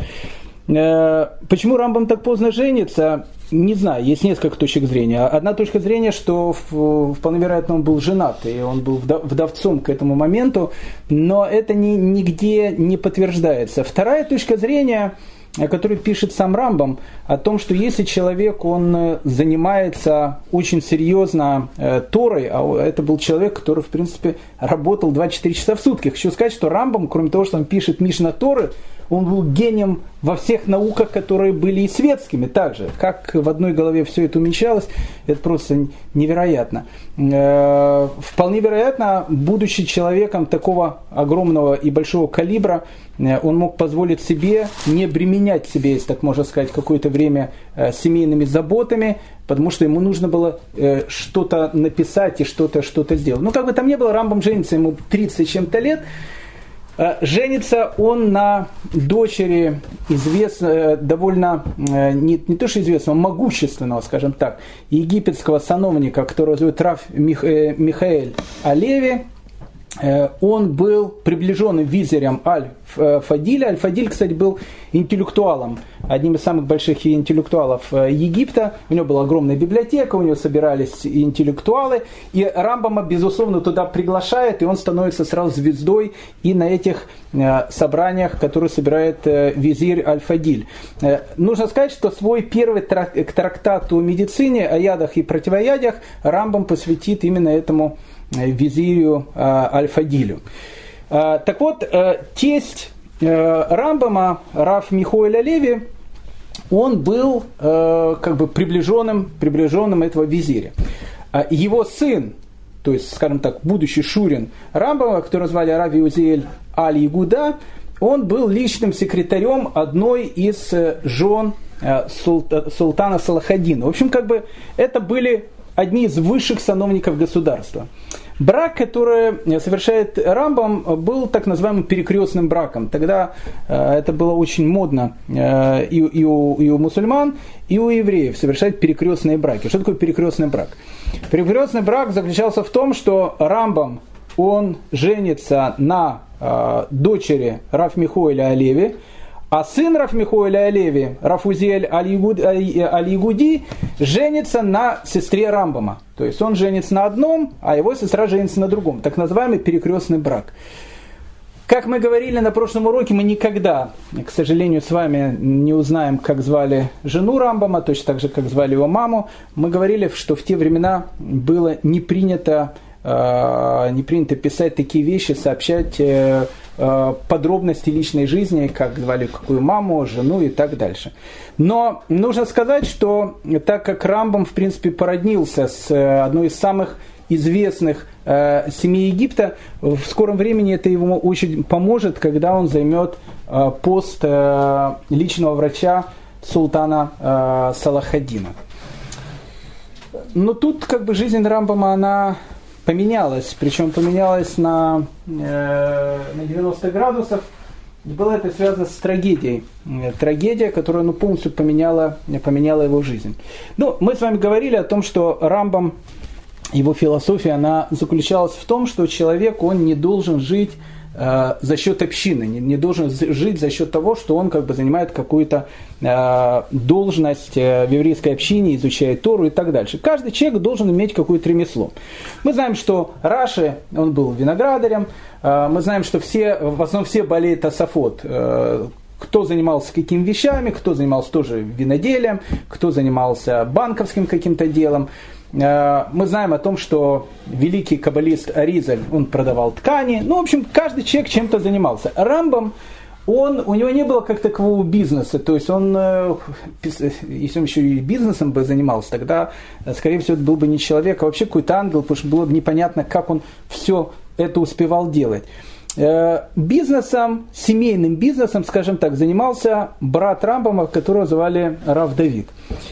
Почему Рамбам так поздно женится? Не знаю, есть несколько точек зрения. Одна точка зрения, что вполне вероятно он был женат, и он был вдовцом к этому моменту, но это ни, нигде не подтверждается. Вторая точка зрения, о которой пишет сам Рамбам, о том, что если человек он занимается очень серьезно э, Торой, а это был человек, который, в принципе, работал двадцать четыре часа в сутки. Хочу сказать, что Рамбам, кроме того, что он пишет Мишна Торы, он был гением во всех науках, которые были и светскими также. Как в одной голове все это умещалось, это просто невероятно. Э, вполне вероятно, будучи человеком такого огромного и большого калибра, э, он мог позволить себе не обременять себе, если так можно сказать, какое-то время э, семейными заботами, потому что ему нужно было э, что-то написать и что-то, что-то сделать. Ну, как бы там ни было, Рамбам женится, ему тридцать с чем-то лет. Женится он на дочери известного, довольно, не, не то что известного, могущественного, скажем так, египетского сановника, которого зовут Рав Мих, Михаэль Алеви. Он был приближенным визирем Аль-Фадиля. Аль-Фадиль, кстати, был интеллектуалом, одним из самых больших интеллектуалов Египта. У него была огромная библиотека, у него собирались интеллектуалы. И Рамбама, безусловно, туда приглашает, и он становится сразу звездой и на этих собраниях, которые собирает визирь Аль-Фадиль. Нужно сказать, что свой первый трактат о медицине, о ядах и противоядиях Рамбам посвятит именно этому визирю э, Аль-Фадилю. Э, так вот, э, тесть э, Рамбама, Рав Михаэль Алеви, он был э, как бы приближенным, приближенным этого визиря. Э, его сын, то есть, скажем так, будущий шурин Рамбама, которого звали Рав Иузиэль Аль-Ягуда, он был личным секретарем одной из жен э, султана Салахаддина. В общем, как бы это были одни из высших сановников государства. Брак, который совершает Рамбам, был так называемым перекрестным браком. Тогда э, это было очень модно э, и, и, у, и у мусульман, и у евреев совершать перекрестные браки. Что такое перекрестный брак? Перекрестный брак заключался в том, что Рамбам, он женится на э, дочери Рав Михаэля Алеви, а сын Рав Михаэля Алеви, Рав Узиэль Аль-Ягуди, женится на сестре Рамбама. То есть он женится на одном, а его сестра женится на другом. Так называемый перекрестный брак. Как мы говорили на прошлом уроке, мы никогда, к сожалению, с вами не узнаем, как звали жену Рамбама, точно так же, как звали его маму. Мы говорили, что в те времена было не принято, э, не принято писать такие вещи, сообщать э, подробности личной жизни, как звали какую маму, жену и так дальше. Но нужно сказать, что так как Рамбам, в принципе, породнился с одной из самых известных э, семьи Египта. В скором времени это ему очень поможет, когда он займет э, пост э, личного врача султана э, Салахаддина. Но тут как бы жизнь Рамбама, она поменялась, причем поменялась на, э, на девяносто градусов. И было это связано с трагедией. Трагедия, которая ну, полностью поменяла, поменяла его жизнь. Ну, мы с вами говорили о том, что Рамбам, его философия, она заключалась в том, что человек, он не должен жить э, за счет общины, не, не должен жить за счет того, что он как бы занимает какую-то э, должность в еврейской общине, изучает Тору и так дальше. Каждый человек должен иметь какое-то ремесло. Мы знаем, что Раши, он был виноградарем. Мы знаем, что все, в основном все болеют Тосафот. Кто занимался какими вещами, кто занимался тоже виноделием, кто занимался банковским каким-то делом. Мы знаем о том, что великий каббалист Аризаль, он продавал ткани. Ну, в общем, каждый человек чем-то занимался. Рамбам, он, у него не было как такового бизнеса. То есть он, если он еще и бизнесом бы занимался, тогда, скорее всего, это был бы не человек, а вообще какой-то ангел, потому что было бы непонятно, как он все это успевал делать. Бизнесом, семейным бизнесом, скажем так, занимался брат Рамбама, которого звали Рав Давид.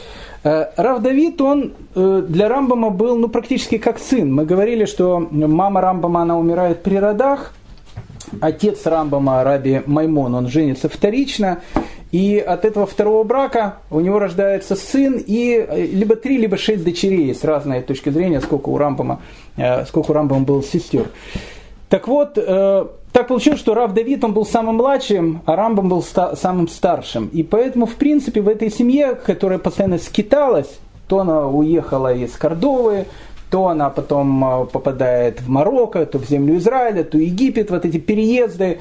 Рав Давид, он для Рамбама был ну, практически как сын. Мы говорили, что мама Рамбама, она умирает при родах, отец Рамбама, Раби Маймон, он женится вторично, и от этого второго брака у него рождается сын и либо три, либо шесть дочерей, с разной точки зрения, сколько у Рамбама, сколько у Рамбама было сестер. Так вот, так получилось, что Рав Давид, он был самым младшим, а Рамбам был ста- самым старшим. И поэтому, в принципе, в этой семье, которая постоянно скиталась, то она уехала из Кордовы, то она потом попадает в Марокко, то в землю Израиля, то Египет, вот эти переезды,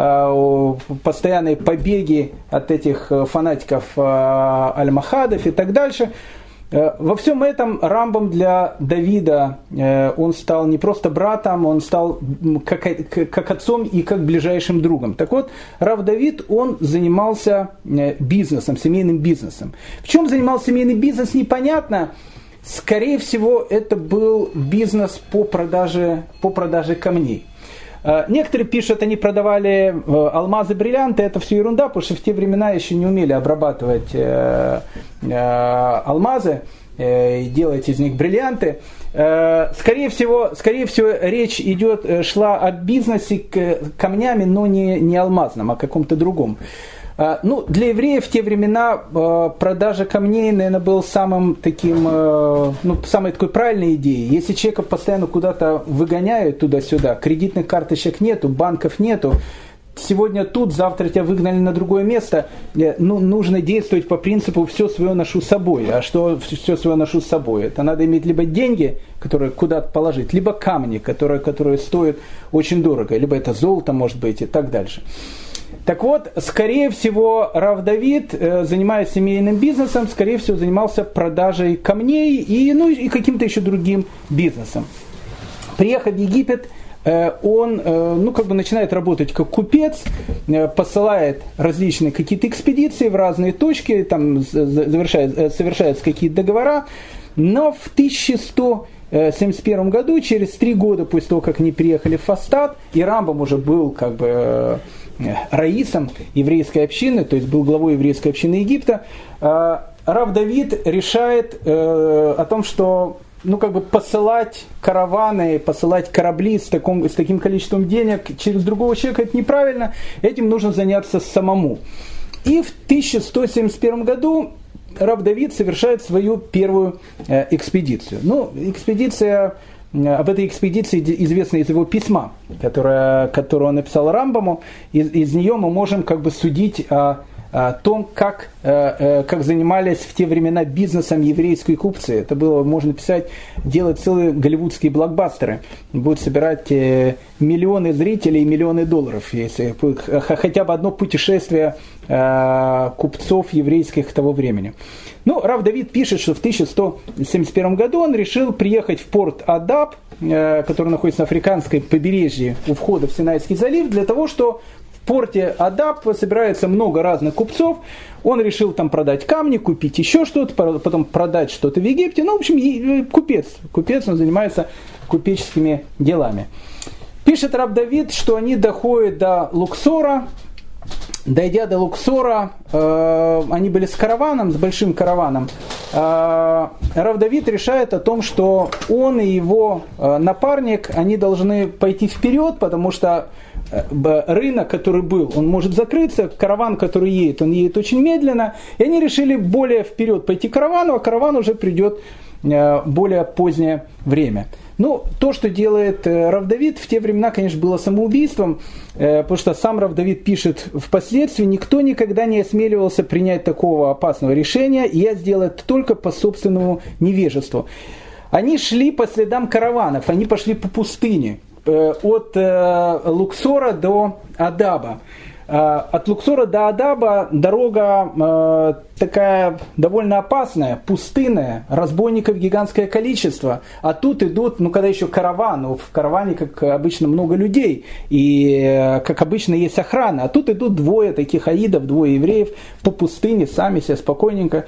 постоянные побеги от этих фанатиков аль-Махадов и так дальше. Во всем этом Рамбам для Давида, он стал не просто братом, он стал как, как отцом и как ближайшим другом. Так вот, Рав Давид, он занимался бизнесом, семейным бизнесом. В чем занимался семейный бизнес, непонятно. Скорее всего, это был бизнес по продаже, по продаже камней. Некоторые пишут, они продавали алмазы, бриллианты, это все ерунда, потому что в те времена еще не умели обрабатывать алмазы и делать из них бриллианты. Скорее всего, скорее всего речь идет, шла о бизнесе камнями, но не, не алмазном, а каком-то другом. Ну, для евреев в те времена продажа камней, наверное, был самым таким, ну, самой такой правильной идеей. Если человека постоянно куда-то выгоняют туда-сюда, кредитных карточек нету, банков нету, сегодня тут, завтра тебя выгнали на другое место, ну, нужно действовать по принципу «все свое ношу с собой». А что «все свое ношу с собой»? Это надо иметь либо деньги, которые куда-то положить, либо камни, которые, которые стоят очень дорого, либо это золото, может быть, и так дальше. Так вот, скорее всего, Рав Давид, занимаясь семейным бизнесом, скорее всего, занимался продажей камней и, ну, и каким-то еще другим бизнесом. Приехав в Египет, он ну, как бы начинает работать как купец, посылает различные какие-то экспедиции в разные точки, там завершает, совершаются какие-то договора, но в тысяча сто семьдесят первом году, через три года после того, как они приехали в Фастад, и Рамбам уже был как бы раисом еврейской общины, то есть был главой еврейской общины Египта, Рав Давид решает о том, что ну, как бы посылать караваны, посылать корабли с, таком, с таким количеством денег через другого человека, это неправильно, этим нужно заняться самому. И в тысяча сто семьдесят первом году Рав Давид совершает свою первую э, экспедицию. Ну, экспедиция, э, об этой экспедиции известно из его письма, которое, которое он написал Рамбаму. Из, из нее мы можем как бы судить о, о том, как, э, э, как занимались в те времена бизнесом еврейские купцы. Это было, можно писать, делать целые голливудские блокбастеры. Будут собирать э, миллионы зрителей и миллионы долларов, если хотя бы одно путешествие купцов еврейских того времени. Ну, Рав Давид пишет, что в тысяча сто семьдесят первом году он решил приехать в порт Адаб, который находится на африканской побережье у входа в Синайский залив, для того, что порте Адаб собирается много разных купцов. Он решил там продать камни, купить еще что-то, потом продать что-то в Египте. Ну, в общем, купец. Купец, он занимается купеческими делами. Пишет рав Давид, что они доходят до Луксора. Дойдя до Луксора, э, они были с караваном, с большим караваном. Э, рав Давид решает о том, что он и его э, напарник, они должны пойти вперед, потому что э, рынок, который был, он может закрыться, караван, который едет, он едет очень медленно. И они решили более вперед пойти к каравану, а караван уже придет э, более позднее время. Ну, то, что делает э, рав Давид, в те времена, конечно, было самоубийством, э, потому что сам рав Давид пишет впоследствии: никто никогда не осмеливался принять такого опасного решения, и я сделал это только по собственному невежеству. Они шли по следам караванов, они пошли по пустыне, э, от э, Луксора до Адаба. Э, от Луксора до Адаба дорога э, такая довольно опасная, пустынная, разбойников гигантское количество. А тут идут, ну когда еще караван, ну, в караване, как обычно, много людей, и как обычно есть охрана. А тут идут двое таких аидов, двое евреев по пустыне, сами себе спокойненько.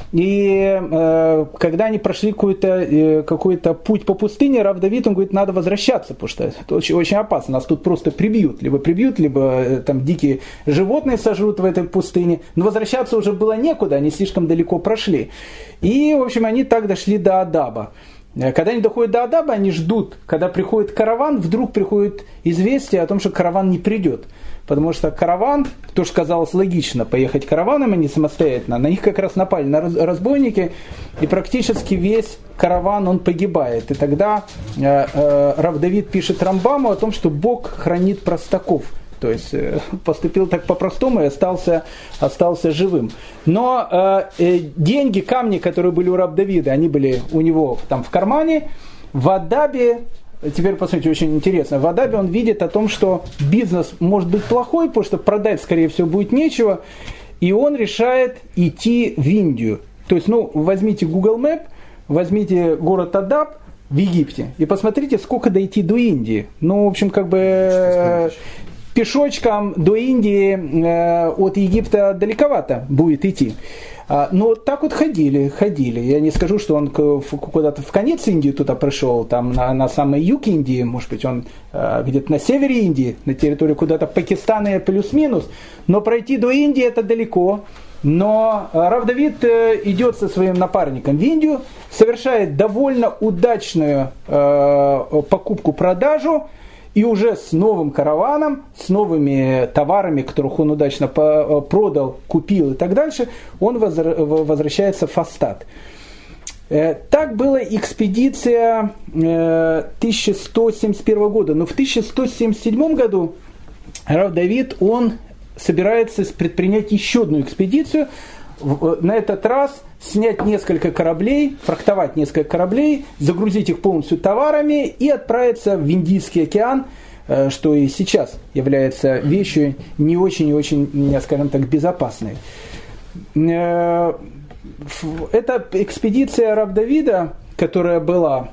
И э, когда они прошли какой-то, э, какой-то путь по пустыне, рав Давид, он говорит, надо возвращаться, потому что это очень, очень опасно, нас тут просто прибьют. Либо прибьют, либо э, там дикие животные сожрут в этой пустыне. Но возвращаться уже было некуда. Куда они слишком далеко прошли. И, в общем, они так дошли до Адаба. Когда они доходят до Адаба, они ждут, когда приходит караван, вдруг приходит известие о том, что караван не придет. Потому что караван, то, что казалось логично, поехать караваном, а не самостоятельно, на них как раз напали на разбойники, и практически весь караван, он погибает. И тогда э, э, рав Давид пишет Рамбаму о том, что Бог хранит простаков. То есть поступил так по-простому и остался, остался живым. Но э, э, деньги, камни, которые были у рав Давида, они были у него там в кармане. В Адабе, теперь посмотрите, очень интересно, в Адабе он видит о том, что бизнес может быть плохой, потому что продать, скорее всего, будет нечего. И он решает идти в Индию. То есть, ну, возьмите Google Map, возьмите город Адаб в Египте и посмотрите, сколько дойти до Индии. Ну, в общем, как бы... Пешочком до Индии э, от Египта далековато будет идти. А, но так вот ходили, ходили. Я не скажу, что он куда-то в конец Индии туда пришел, там на, на самый юг Индии, может быть, он э, где-то на севере Индии, на территории куда-то Пакистана плюс-минус. Но пройти до Индии это далеко. Но рав Давид э, идет со своим напарником в Индию, совершает довольно удачную э, покупку-продажу, и уже с новым караваном, с новыми товарами, которых он удачно продал, купил и так дальше, он возвращается в Фастад. Так была экспедиция тысяча сто семьдесят первого года. Но в тысяча сто семьдесят седьмом году рав Давид, он собирается предпринять еще одну экспедицию. На этот раз снять несколько кораблей, фрахтовать несколько кораблей, загрузить их полностью товарами и отправиться в Индийский океан, что и сейчас является вещью не очень и очень, скажем так, безопасной. Эта экспедиция рав Давида, которая была,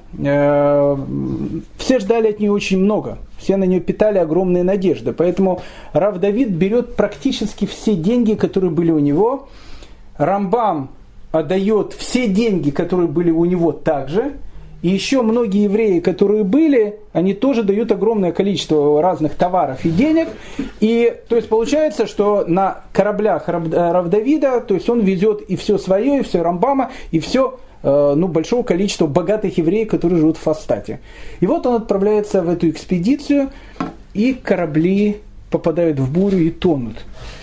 все ждали от нее очень много. Все на нее питали огромные надежды. Поэтому рав Давид берет практически все деньги, которые были у него. Рамбам отдает все деньги, которые были у него также. И еще многие евреи, которые были, они тоже дают огромное количество разных товаров и денег. И то есть получается, что на кораблях рав Давида, то есть он везет и все свое, и все Рамбама, и все ну, большого количества богатых евреев, которые живут в Фастате. И вот он отправляется в эту экспедицию, и корабли попадают в бурю и тонут.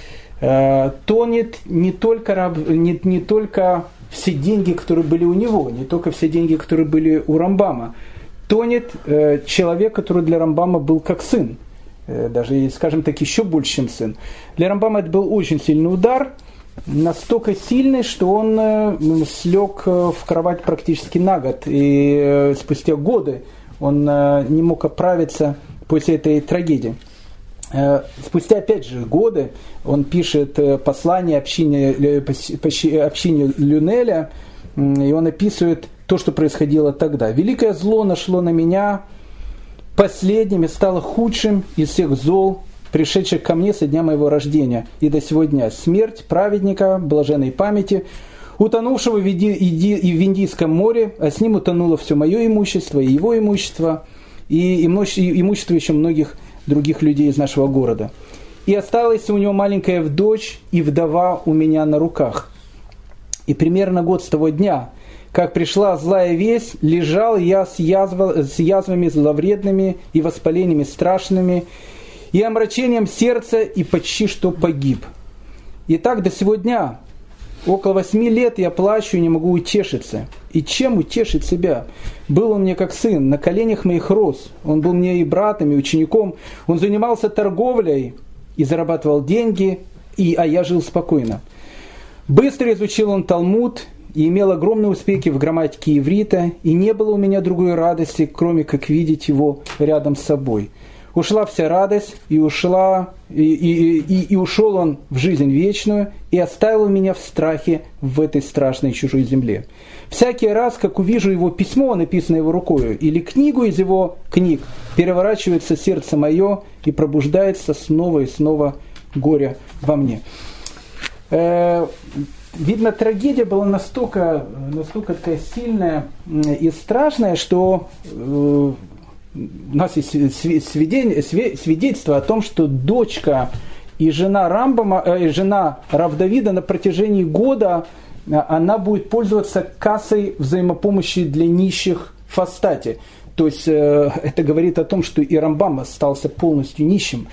Тонет не только, не, не только все деньги, которые были у него, не только все деньги, которые были у Рамбама. Тонет э, человек, который для Рамбама был как сын, э, даже, скажем так, еще больше, чем сын. Для Рамбама это был очень сильный удар, настолько сильный, что он э, слег в кровать практически на год, и э, спустя годы он э, не мог оправиться после этой трагедии. Спустя, опять же, годы он пишет послание общине, общине Люнеля, и он описывает то, что происходило тогда. «Великое зло нашло на меня, последним и стало худшим из всех зол, пришедших ко мне со дня моего рождения и до сего дня. Смерть праведника, блаженной памяти, утонувшего в, иди, иди, и в Индийском море, а с ним утонуло все мое имущество, и его имущество, и имущество еще многих других людей из нашего города. И осталась у него маленькая дочь и вдова у меня на руках. И примерно год с того дня, как пришла злая весть, лежал я с, язва, с язвами зловредными и воспалениями страшными, и омрачением сердца, и почти что погиб. И так до сего дня, около восьми лет я плачу и не могу утешиться. И чем утешить себя? Был он мне как сын, на коленях моих рос. Он был мне и братом, и учеником. Он занимался торговлей и зарабатывал деньги, и, а я жил спокойно. Быстро изучил он Талмуд и имел огромные успехи в грамматике иврита, и не было у меня другой радости, кроме как видеть его рядом с собой. Ушла вся радость, и, ушла, и, и, и, и ушел он в жизнь вечную, и оставил меня в страхе в этой страшной чужой земле. Всякий раз, как увижу его письмо, написанное его рукою, или книгу из его книг, переворачивается сердце мое, и пробуждается снова и снова горе во мне. Э, видно, трагедия была настолько, настолько такая сильная и страшная, что э, у нас есть свидетельство о том, что дочка и жена Рамбама, э, жена Рав Давида на протяжении года она будет пользоваться кассой взаимопомощи для нищих в Фастате. То есть э, это говорит о том, что и Рамбам остался полностью нищим.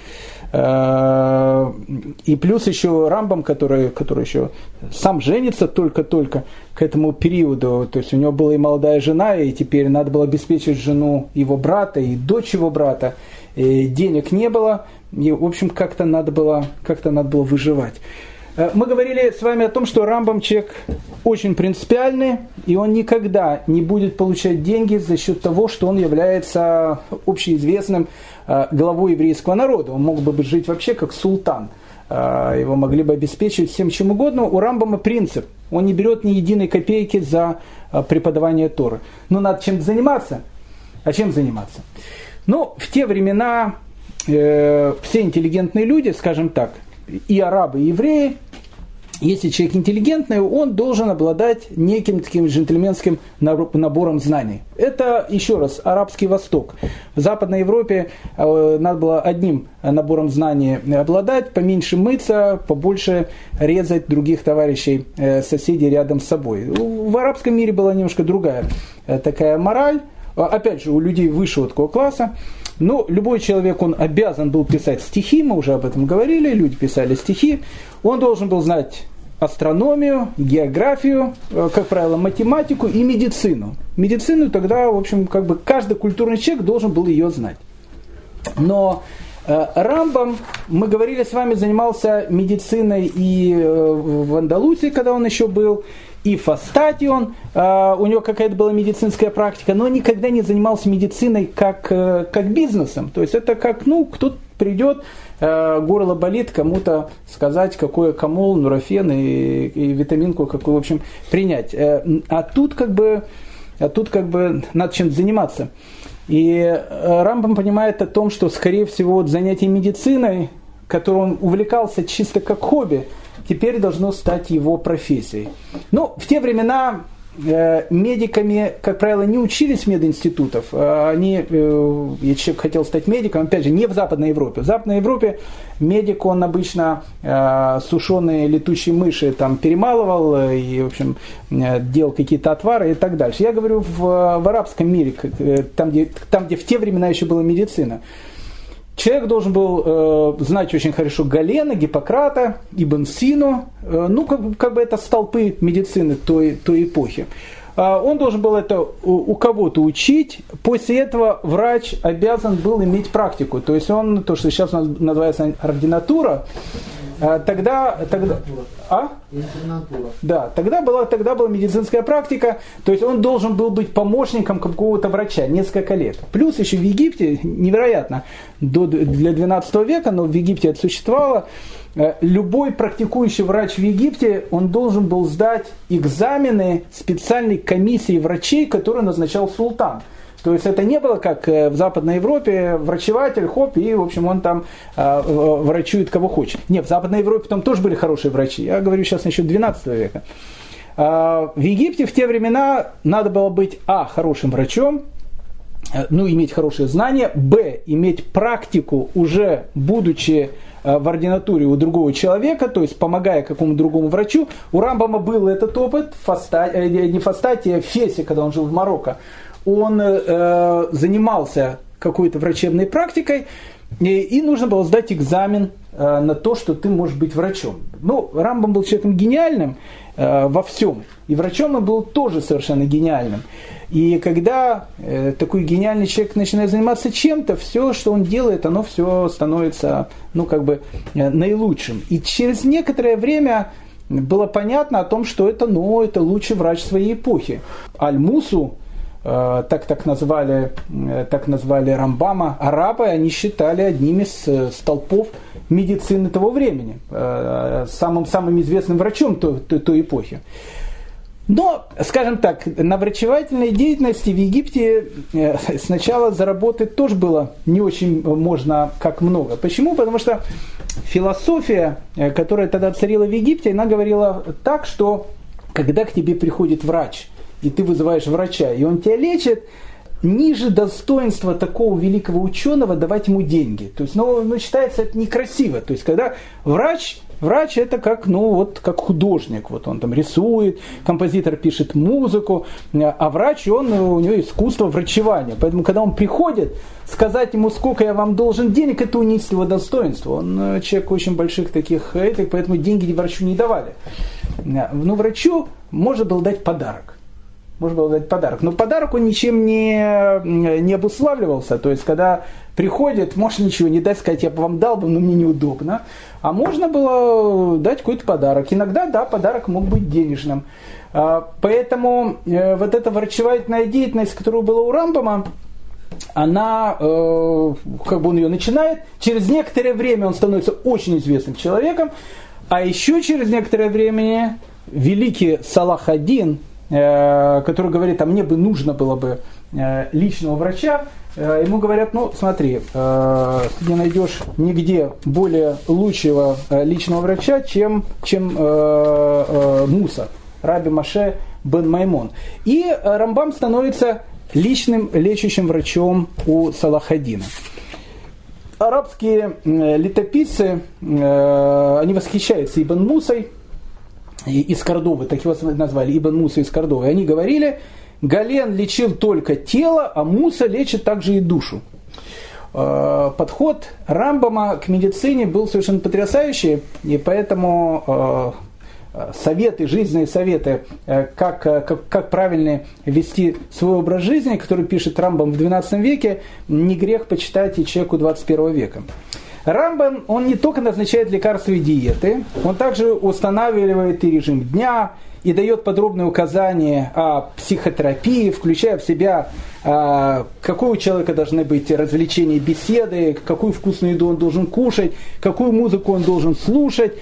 Э, и плюс еще Рамбам, который, который еще сам женится только-только к этому периоду. То есть у него была и молодая жена, и теперь надо было обеспечить жену его брата и дочь его брата. И денег не было, и, в общем, как-то надо было, как-то надо было выживать. Мы говорили с вами о том, что Рамбам человек очень принципиальный, и он никогда не будет получать деньги за счет того, что он является общеизвестным главой еврейского народа. Он мог бы жить вообще как султан. Его могли бы обеспечивать всем чем угодно. У Рамбама принцип. Он не берет ни единой копейки за преподавание Торы. Но надо чем-то заниматься. А чем заниматься? Ну, в те времена э, все интеллигентные люди, скажем так, и арабы, и евреи, если человек интеллигентный, он должен обладать неким таким джентльменским набором знаний. Это, еще раз, арабский Восток. В Западной Европе надо было одним набором знаний обладать, поменьше мыться, побольше резать других товарищей, соседей рядом с собой. В арабском мире была немножко другая такая мораль. Опять же, у людей высшего такого класса. Но любой человек, он обязан был писать стихи, мы уже об этом говорили, люди писали стихи. Он должен был знать астрономию, географию, как правило, математику и медицину. Медицину тогда, в общем, как бы каждый культурный человек должен был ее знать. Но э, Рамбам, мы говорили с вами, занимался медициной и э, в Андалусии, когда он еще был, и в Фастате он, э, у него какая-то была медицинская практика, но никогда не занимался медициной как, э, как бизнесом. То есть это как, ну, кто-то придет, э, горло болит, кому-то сказать, какой камол, нурофен и, и витаминку какую, в общем, принять. Э, а тут как бы, а тут как бы надо чем-то заниматься. И Рамбам понимает о том, что, скорее всего, вот занятие медициной, которым он увлекался чисто как хобби, теперь должно стать его профессией. Ну, в те времена э, медиками, как правило, не учились в мединститутах. Они, э, если человек хотел стать медиком, опять же, не в Западной Европе. В Западной Европе медик, он обычно э, сушеные летучие мыши там перемалывал и, в общем, э, делал какие-то отвары и так дальше. Я говорю в, в арабском мире, там где, там, где в те времена еще была медицина. Человек должен был э, знать очень хорошо Галена, Гиппократа, Ибн Сину, э, ну, как, как бы это столпы медицины той, той эпохи. Э, он должен был это у, у кого-то учить, после этого врач обязан был иметь практику, то есть он, то, что сейчас называется ординатура, э, тогда... тогда а? Да, тогда была, тогда была медицинская практика, то есть он должен был быть помощником какого-то врача несколько лет. Плюс еще в Египте, невероятно, до, для двенадцатого века, но в Египте это существовало, любой практикующий врач в Египте, он должен был сдать экзамены специальной комиссии врачей, которую назначал султан. То есть это не было как в Западной Европе, врачеватель, хоп, и, в общем, он там э, врачует кого хочет. Нет, в Западной Европе там тоже были хорошие врачи. Я говорю сейчас насчет двенадцатого века. Э, в Египте в те времена надо было быть, а, хорошим врачом, ну, иметь хорошие знания, б, иметь практику, уже будучи в ординатуре у другого человека, то есть помогая какому-то другому врачу. У Рамбама был этот опыт, в Фастате, не в Фастате, а в Фесе, когда он жил в Марокко. Он э, занимался какой-то врачебной практикой, и, и нужно было сдать экзамен э, на то, что ты можешь быть врачом. Ну, Рамбам был человеком гениальным э, во всем, и врачом он был тоже совершенно гениальным. И когда э, такой гениальный человек начинает заниматься чем-то, все, что он делает, оно все становится, ну, как бы, э, наилучшим. И через некоторое время было понятно о том, что это, ну, это лучший врач своей эпохи. Аль-Мусу, э, так, так, назвали, э, так назвали Рамбама, арабы, они считали одним из э, столпов медицины того времени, э, самым, самым известным врачом той, той, той эпохи. Но, скажем так, на врачевательной деятельности в Египте сначала заработать тоже было не очень можно как много. Почему? Потому что философия, которая тогда царила в Египте, она говорила так, что когда к тебе приходит врач, и ты вызываешь врача, и он тебя лечит, ниже достоинства такого великого ученого давать ему деньги. То есть, ну, ну считается это некрасиво. То есть, когда врач... Врач это как, ну, вот, как художник, вот он там рисует, композитор пишет музыку, а врач, он, у него искусство врачевания. Поэтому, когда он приходит, сказать ему, сколько я вам должен денег, это унизит его достоинство. Он человек очень больших таких этих, поэтому деньги врачу не давали. Но врачу можно было дать подарок. Можно было дать подарок. Но подарок он ничем не, не обуславливался. То есть, когда приходит, может ничего не дать, сказать, я бы вам дал бы, но мне неудобно. А можно было дать какой-то подарок. Иногда, да, подарок мог быть денежным. Поэтому вот эта врачевательная деятельность, которая была у Рамбама, она, как бы он ее начинает, через некоторое время он становится очень известным человеком, а еще через некоторое время великий Салах ад-Дин, который говорит, а мне бы нужно было бы личного врача, ему говорят, ну смотри, ты не найдешь нигде более лучшего личного врача, чем, чем Муса, Раби Моше бен Маймон. И Рамбам становится личным лечащим врачом у Салах ад-Дина. Арабские летописцы, они восхищаются Ибн Мусой из Кордовы, так его назвали, Ибн Муса из Кордовы. Они говорили, Гален лечил только тело, а Муса лечит также и душу. Подход Рамбама к медицине был совершенно потрясающий, и поэтому советы, жизненные советы, как, как, как правильно вести свой образ жизни, который пишет Рамбам в двенадцатом веке, не грех почитать и человеку двадцать первого века. Рамбам, он не только назначает лекарства и диеты, он также устанавливает и режим дня, и дает подробные указания о психотерапии, включая в себя, какое у человека должны быть развлечения, беседы, какую вкусную еду он должен кушать, какую музыку он должен слушать.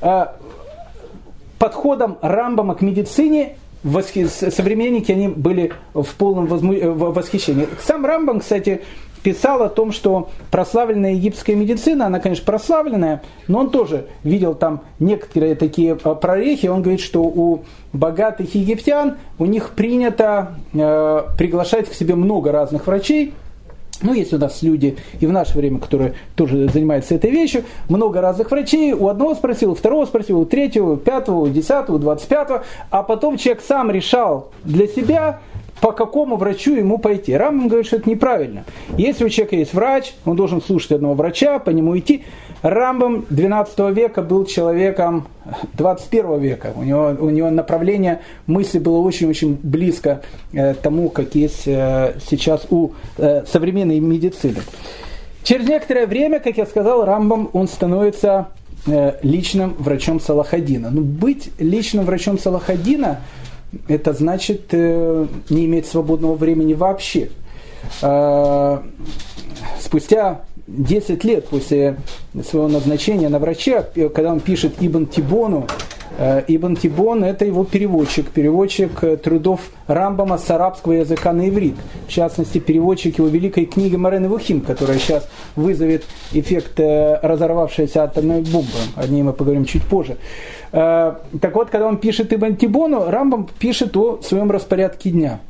Подходом Рамбама к медицине современники они были в полном восхищении. Сам Рамбам, кстати, писал о том, что прославленная египетская медицина, она, конечно, прославленная, но он тоже видел там некоторые такие прорехи. Он говорит, что у богатых египтян, у них принято э, приглашать к себе много разных врачей. Ну, есть у нас люди и в наше время, которые тоже занимаются этой вещью, много разных врачей, у одного спросил, у второго спросил, у третьего, у пятого, у десятого, у двадцать пятого, а потом человек сам решал для себя, по какому врачу ему пойти. Рамбам говорит, что это неправильно. Если у человека есть врач, он должен слушать одного врача, по нему идти. Рамбам двенадцатого века был человеком двадцать первого века. У него, у него направление мысли было очень-очень близко э, тому, как есть э, сейчас у э, современной медицины. Через некоторое время, как я сказал, Рамбам он становится э, личным врачом Салах ад-Дина. Но быть личным врачом Салах ад-Дина это значит э, не иметь свободного времени вообще. Э, спустя десять лет после своего назначения на врача, когда он пишет Ибн Тибону Ибн Тибон – это его переводчик, переводчик трудов Рамбама с арабского языка на иврит. В частности, переводчик его великой книги Морен Невухим, которая сейчас вызовет эффект разорвавшейся атомной бомбы. О ней мы поговорим чуть позже. Так вот, когда он пишет Ибн Тибону, Рамбам пишет о своем распорядке дня.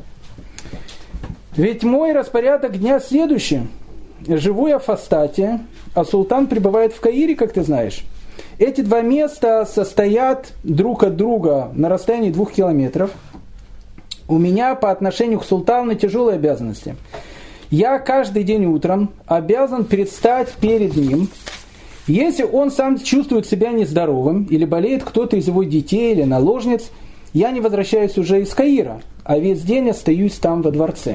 «Ведь мой распорядок дня следующий. Живу я в Фастате, а султан пребывает в Каире, как ты знаешь. Эти два места состоят друг от друга на расстоянии двух километров. У меня по отношению к султану тяжелые обязанности. Я каждый день утром обязан предстать перед ним. Если он сам чувствует себя нездоровым, или болеет кто-то из его детей или наложниц, я не возвращаюсь уже из Каира, а весь день остаюсь там во дворце.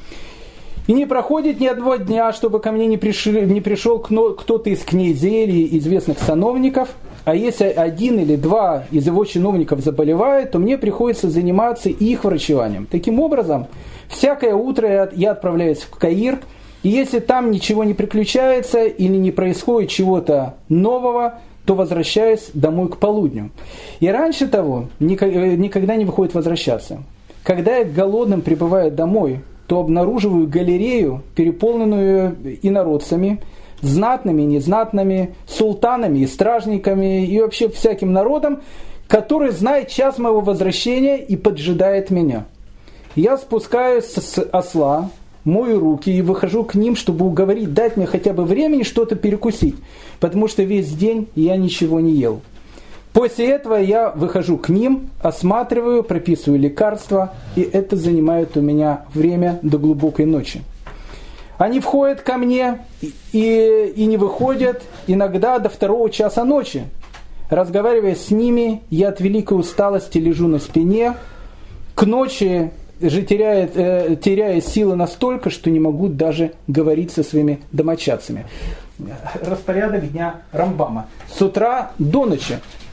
И не проходит ни одного дня, чтобы ко мне не, пришли, не пришел кто-то из князей или известных сановников, а если один или два из его чиновников заболевают, то мне приходится заниматься их врачеванием. Таким образом, всякое утро я отправляюсь в Каир, и если там ничего не приключается или не происходит чего-то нового, то возвращаюсь домой к полудню. И раньше того никогда не выходит возвращаться. Когда я голодным прибываю домой, то обнаруживаю галерею, переполненную инородцами, знатными и незнатными, султанами и стражниками и вообще всяким народом, который знает час моего возвращения и поджидает меня. Я спускаюсь с осла, мою руки и выхожу к ним, чтобы уговорить, дать мне хотя бы времени что-то перекусить, потому что весь день я ничего не ел. После этого я выхожу к ним, осматриваю, прописываю лекарства, и это занимает у меня время до глубокой ночи. Они входят ко мне и, и не выходят иногда до второго часа ночи. Разговаривая с ними, я от великой усталости лежу на спине. К ночи же теряет, э, теряя силы настолько, что не могу даже говорить со своими домочадцами. Распорядок дня Рамбама. С утра до ночи.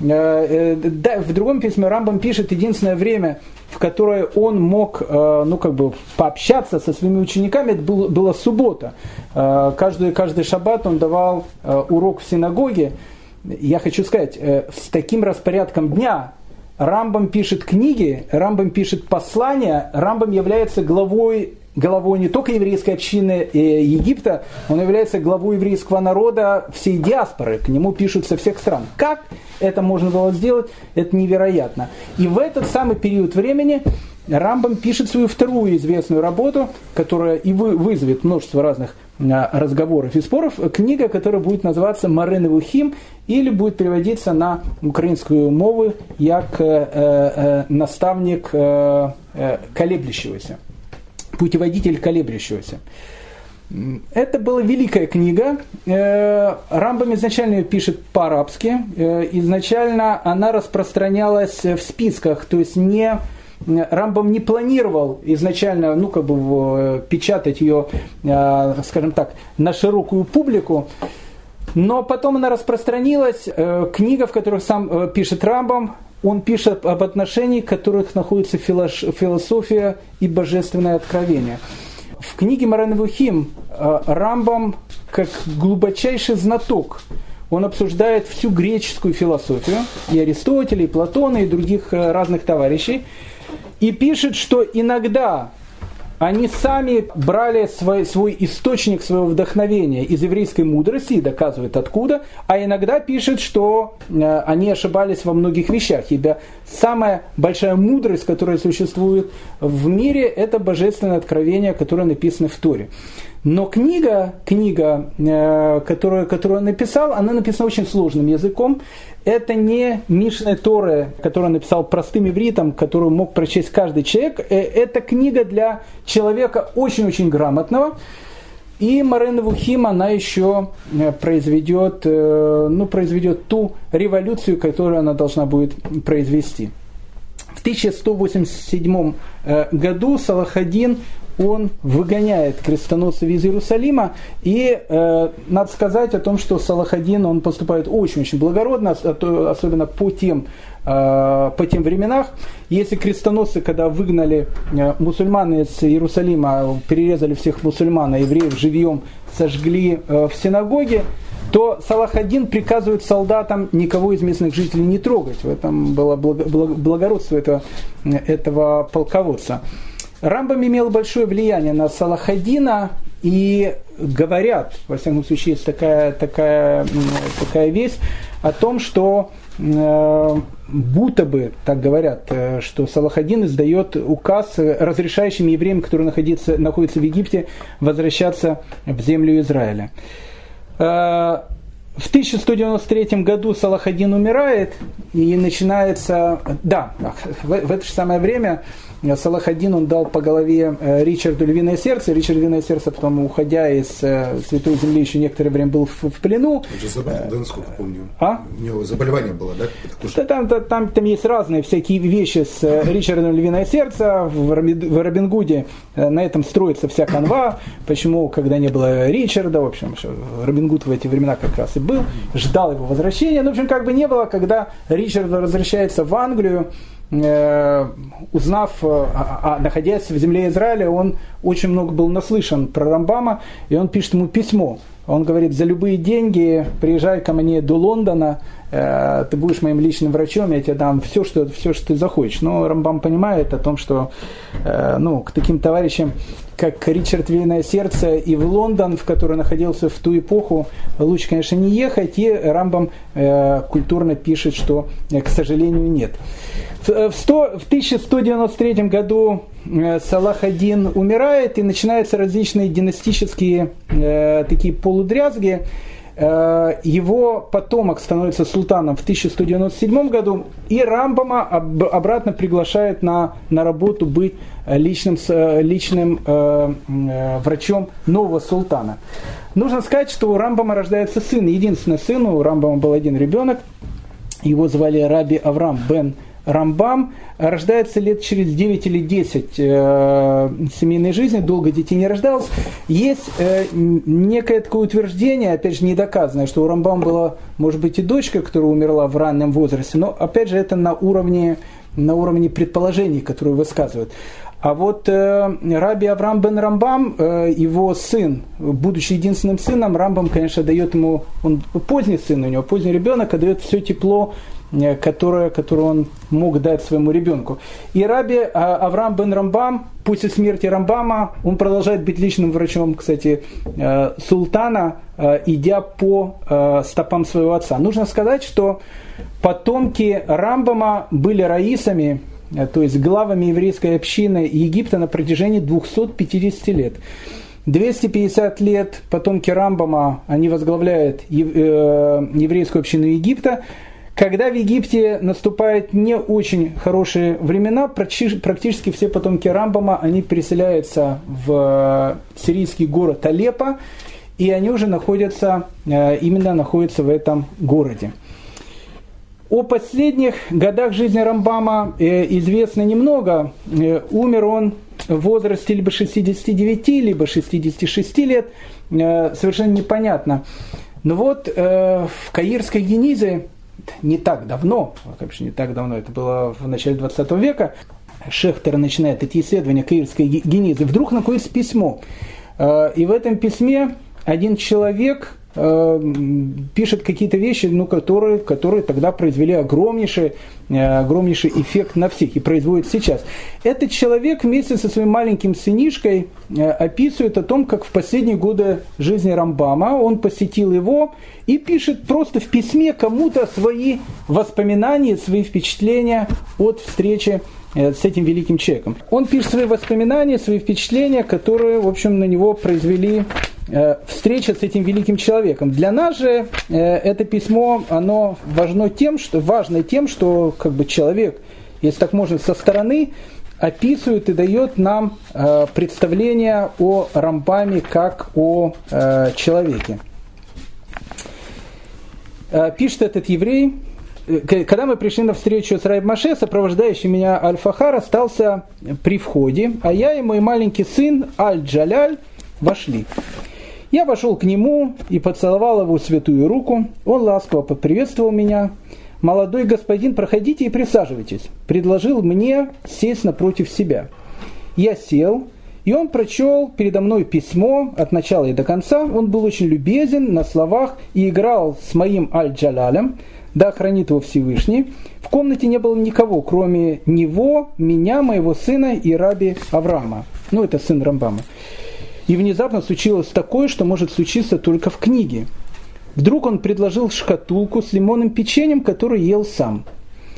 В другом письме Рамбам пишет, единственное время, в которое он мог ну, как бы, пообщаться со своими учениками, это был, была суббота. Каждый, каждый шаббат он давал урок в синагоге. Я хочу сказать, с таким распорядком дня Рамбам пишет книги, Рамбам пишет послания, Рамбам является главой главой не только еврейской общины Египта, он является главой еврейского народа всей диаспоры. К нему пишут со всех стран. Как это можно было сделать? Это невероятно. И в этот самый период времени Рамбам пишет свою вторую известную работу, которая и вызовет множество разных разговоров и споров. Книга, которая будет называться «Морен Невухим» или будет переводиться на украинскую мову как «Наставник колеблющегося». Путеводитель колеблющегося. Это была великая книга. Рамбам изначально ее пишет по-арабски. Изначально она распространялась в списках, то есть не, Рамбам не планировал изначально ну, как бы, печатать ее, скажем так, на широкую публику. Но потом она распространилась. Книга, в которой сам пишет Рамбам, он пишет об отношениях, в которых находится философия и божественное откровение. В книге Морен Невухим Рамбам, как глубочайший знаток, он обсуждает всю греческую философию, и Аристотеля, и Платона, и других разных товарищей, и пишет, что иногда они сами брали свой, свой источник своего вдохновения из еврейской мудрости и доказывают откуда, а иногда пишет, что э, они ошибались во многих вещах, ибо самая большая мудрость, которая существует в мире, это божественное откровение, которое написано в Торе. Но книга, книга э, которую, которую он написал, она написана очень сложным языком. Это не Мишне Торы, которую он написал простым ивритом, которую мог прочесть каждый человек. Э, это книга для человека очень-очень грамотного. И Морен Невухим, она еще произведет, э, ну, произведет ту революцию, которую она должна будет произвести. В тысяча сто восемьдесят седьмом э, году Салах ад-Дин он выгоняет крестоносцев из Иерусалима, и э, надо сказать о том, что Салах ад-Дин, он поступает очень-очень благородно, особенно по тем, э, по тем временах. Если крестоносцы, когда выгнали э, мусульман из Иерусалима, перерезали всех мусульман, а евреев живьем сожгли э, в синагоге, то Салах ад-Дин приказывает солдатам никого из местных жителей не трогать. В этом было благородство этого, этого полководца. Рамбам имел большое влияние на Салах ад-Дина, и говорят, во всяком случае, есть такая, такая, такая весть о том, что э, будто бы, так говорят, что Салах ад-Дин издает указ, разрешающим евреям, которые находятся, находятся в Египте, возвращаться в землю Израиля. Э, в тысяча сто девяносто третьем году Салах ад-Дин умирает, и начинается... Да, в, в это же самое время Салах ад-Дин он дал по голове Ричарду Львиное сердце. Ричард Львиное сердце потом, уходя из Святой Земли, еще некоторое время был в, в плену. Он же заболел, да, насколько помню. А? У него заболевание было, да? Да, там, там, там есть разные всякие вещи с Ричардом Львиное сердце. В, в Робин Гуде на этом строится вся канва. Почему, когда не было Ричарда, в общем, Робин Гуд в эти времена как раз и был, ждал его возвращения. Ну, в общем, как бы не было, когда Ричард возвращается в Англию, узнав, а, а, находясь в земле Израиля, он очень много был наслышан про Рамбама, и он пишет ему письмо. Он говорит: за любые деньги приезжай ко мне до Лондона, э, ты будешь моим личным врачом, я тебе дам все, что, все, что ты захочешь. Но Рамбам понимает о том, что э, ну, к таким товарищам, как Ричард Львиное сердце, и в Лондон, в который находился в ту эпоху, лучше, конечно, не ехать, и Рамбам э, культурно пишет, что, э, к сожалению, нет. В, сто, в тысяча сто девяносто третьем году э, Салах ад-Дин умирает, и начинаются различные династические э, такие полудрязги. Э, его потомок становится султаном в тысяча сто девяносто седьмом году, и Рамбама об, обратно приглашает на, на работу быть личным, личным э, э, врачом нового султана. Нужно сказать, что у Рамбама рождается сын, единственный сын, у Рамбама был один ребенок, его звали Раби Авраам бен Рамбам, рождается лет через девять или десять э, семейной жизни, долго детей не рождалось. Есть э, некое такое утверждение, опять же, недоказанное, что у Рамбама была, может быть, и дочка, которая умерла в раннем возрасте, но, опять же, это на уровне, на уровне предположений, которые высказывают. А вот э, Раби Авраам бен Рамбам, э, его сын, будучи единственным сыном, Рамбам, конечно, дает ему, он поздний сын у него, поздний ребенок, а дает все тепло, Которое, которое он мог дать своему ребенку. И Раби Авраам бен Рамбам, после смерти Рамбама, он продолжает быть личным врачом, кстати, султана, идя по стопам своего отца. Нужно сказать, что потомки Рамбама были раисами, то есть главами еврейской общины Египта на протяжении двухсот пятидесяти лет. двести пятьдесят лет потомки Рамбама, они возглавляют еврейскую общину Египта. Когда в Египте наступают не очень хорошие времена, практически все потомки Рамбама, они переселяются в сирийский город Алеппо, и они уже находятся, именно находятся в этом городе. О последних годах жизни Рамбама известно немного. Умер он в возрасте либо шестидесяти девяти, либо шестидесяти шести лет, совершенно непонятно. Но вот в Каирской Генизе, не так давно, конечно, не так давно, это было в начале двадцатого века, Шехтер начинает эти исследования Каирской Генизы, вдруг находится письмо. И в этом письме один человек пишет какие-то вещи, ну, которые, которые тогда произвели огромнейший, огромнейший эффект на всех и производят сейчас. Этот человек вместе со своим маленьким сынишкой описывает о том, как в последние годы жизни Рамбама он посетил его и пишет просто в письме кому-то свои воспоминания, свои впечатления от встречи с этим великим человеком. Он пишет свои воспоминания, свои впечатления, которые, в общем, на него произвели э, встреча с этим великим человеком. Для нас же э, это письмо, оно важно тем, что, важно тем, что как бы, человек, если так можно, со стороны описывает и дает нам э, представление о Рамбаме как о э, человеке. Э, пишет этот еврей: когда мы пришли на встречу с Райб Маше, сопровождающий меня Аль-Фахар остался при входе, а я и мой маленький сын Аль-Джаляль вошли. Я вошел к нему и поцеловал его святую руку. Он ласково поприветствовал меня. «Молодой господин, проходите и присаживайтесь», предложил мне сесть напротив себя. Я сел, И он прочел передо мной письмо от начала и до конца. Он был очень любезен на словах и играл с моим Аль-Джалалем, да хранит его Всевышний. В комнате не было никого, кроме него, меня, моего сына и раби Авраама. Ну, это сын Рамбама. И внезапно случилось такое, что может случиться только в книге. Вдруг он предложил шкатулку с лимонным печеньем, который ел сам.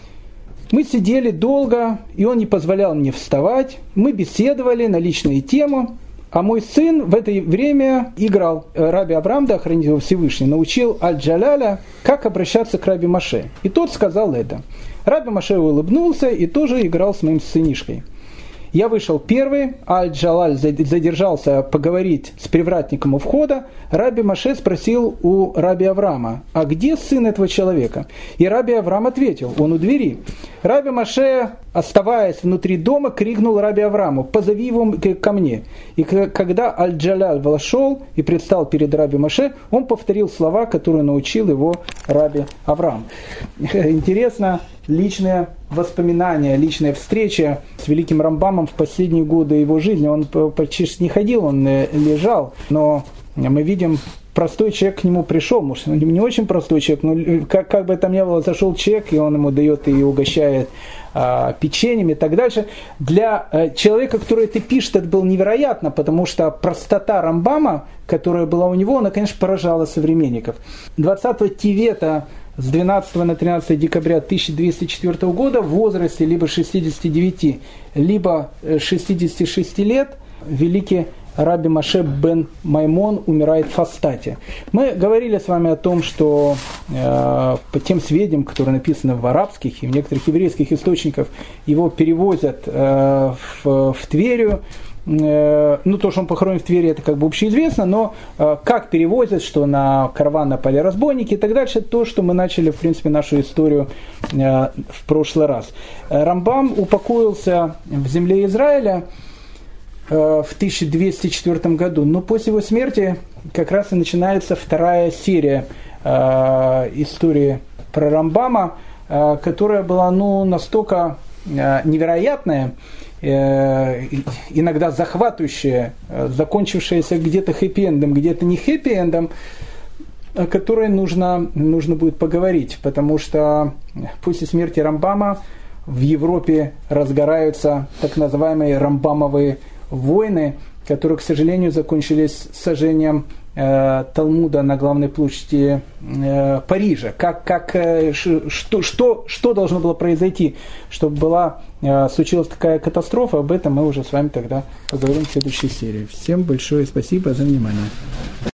Мы сидели долго, и он не позволял мне вставать. Мы беседовали на личные темы. А мой сын в это время играл. Раби Авраам, да хранит его Всевышний, научил Аль-Джаляля, как обращаться к раби Моше. И тот сказал это. Раби Моше улыбнулся и тоже играл с моим сынишкой. Я вышел первый, Аль-Джалаль задержался поговорить с привратником у входа. Раби Моше спросил у раби Авраама, а где сын этого человека? И раби Авраам ответил, он у двери. Раби Моше, оставаясь внутри дома, крикнул раби Аврааму, позови его ко мне. И когда Аль-Джалаль вошел и предстал перед раби Моше, он повторил слова, которые научил его раби Авраам. Интересно, личное воспоминание, личная встреча с великим Рамбамом в последние годы его жизни. Он почти не ходил, он лежал, но мы видим, простой человек к нему пришел, может, он не очень простой человек, но как, как бы там ни было, зашел человек, и он ему дает и угощает а, печеньем и так дальше. Для а, человека, который это пишет, это было невероятно, потому что простота Рамбама, которая была у него, она, конечно, поражала современников. двадцатого Тивета с двенадцатого на тринадцатое декабря тысяча двести четвёртого года в возрасте либо шестидесяти девяти, либо шестидесяти шести лет великий раби Моше бен Маймон умирает в Фастате. Мы говорили с вами о том, что э, по тем сведениям, которые написаны в арабских и в некоторых еврейских источниках, его перевозят э, в, в Тверию. Э, ну, то, что он похоронен в Твери, это как бы общеизвестно, но э, как перевозят, что на караван напали разбойники и так дальше, то, что мы начали, в принципе, нашу историю э, в прошлый раз. Рамбам упокоился в земле Израиля в тысяча двести четвёртом году, но после его смерти как раз и начинается вторая серия э, истории про Рамбама, э, которая была ну, настолько э, невероятная, э, иногда захватывающая, э, закончившаяся где-то хэппи-эндом, где-то не хэппи-эндом, о которой нужно, нужно будет поговорить, потому что после смерти Рамбама в Европе разгораются так называемые рамбамовые войны, которые, к сожалению, закончились сожжением э, Талмуда на главной площади э, Парижа. Как, как, э, что, что, что должно было произойти, чтобы была, э, случилась такая катастрофа, об этом мы уже с вами тогда поговорим в следующей серии. Всем большое спасибо за внимание.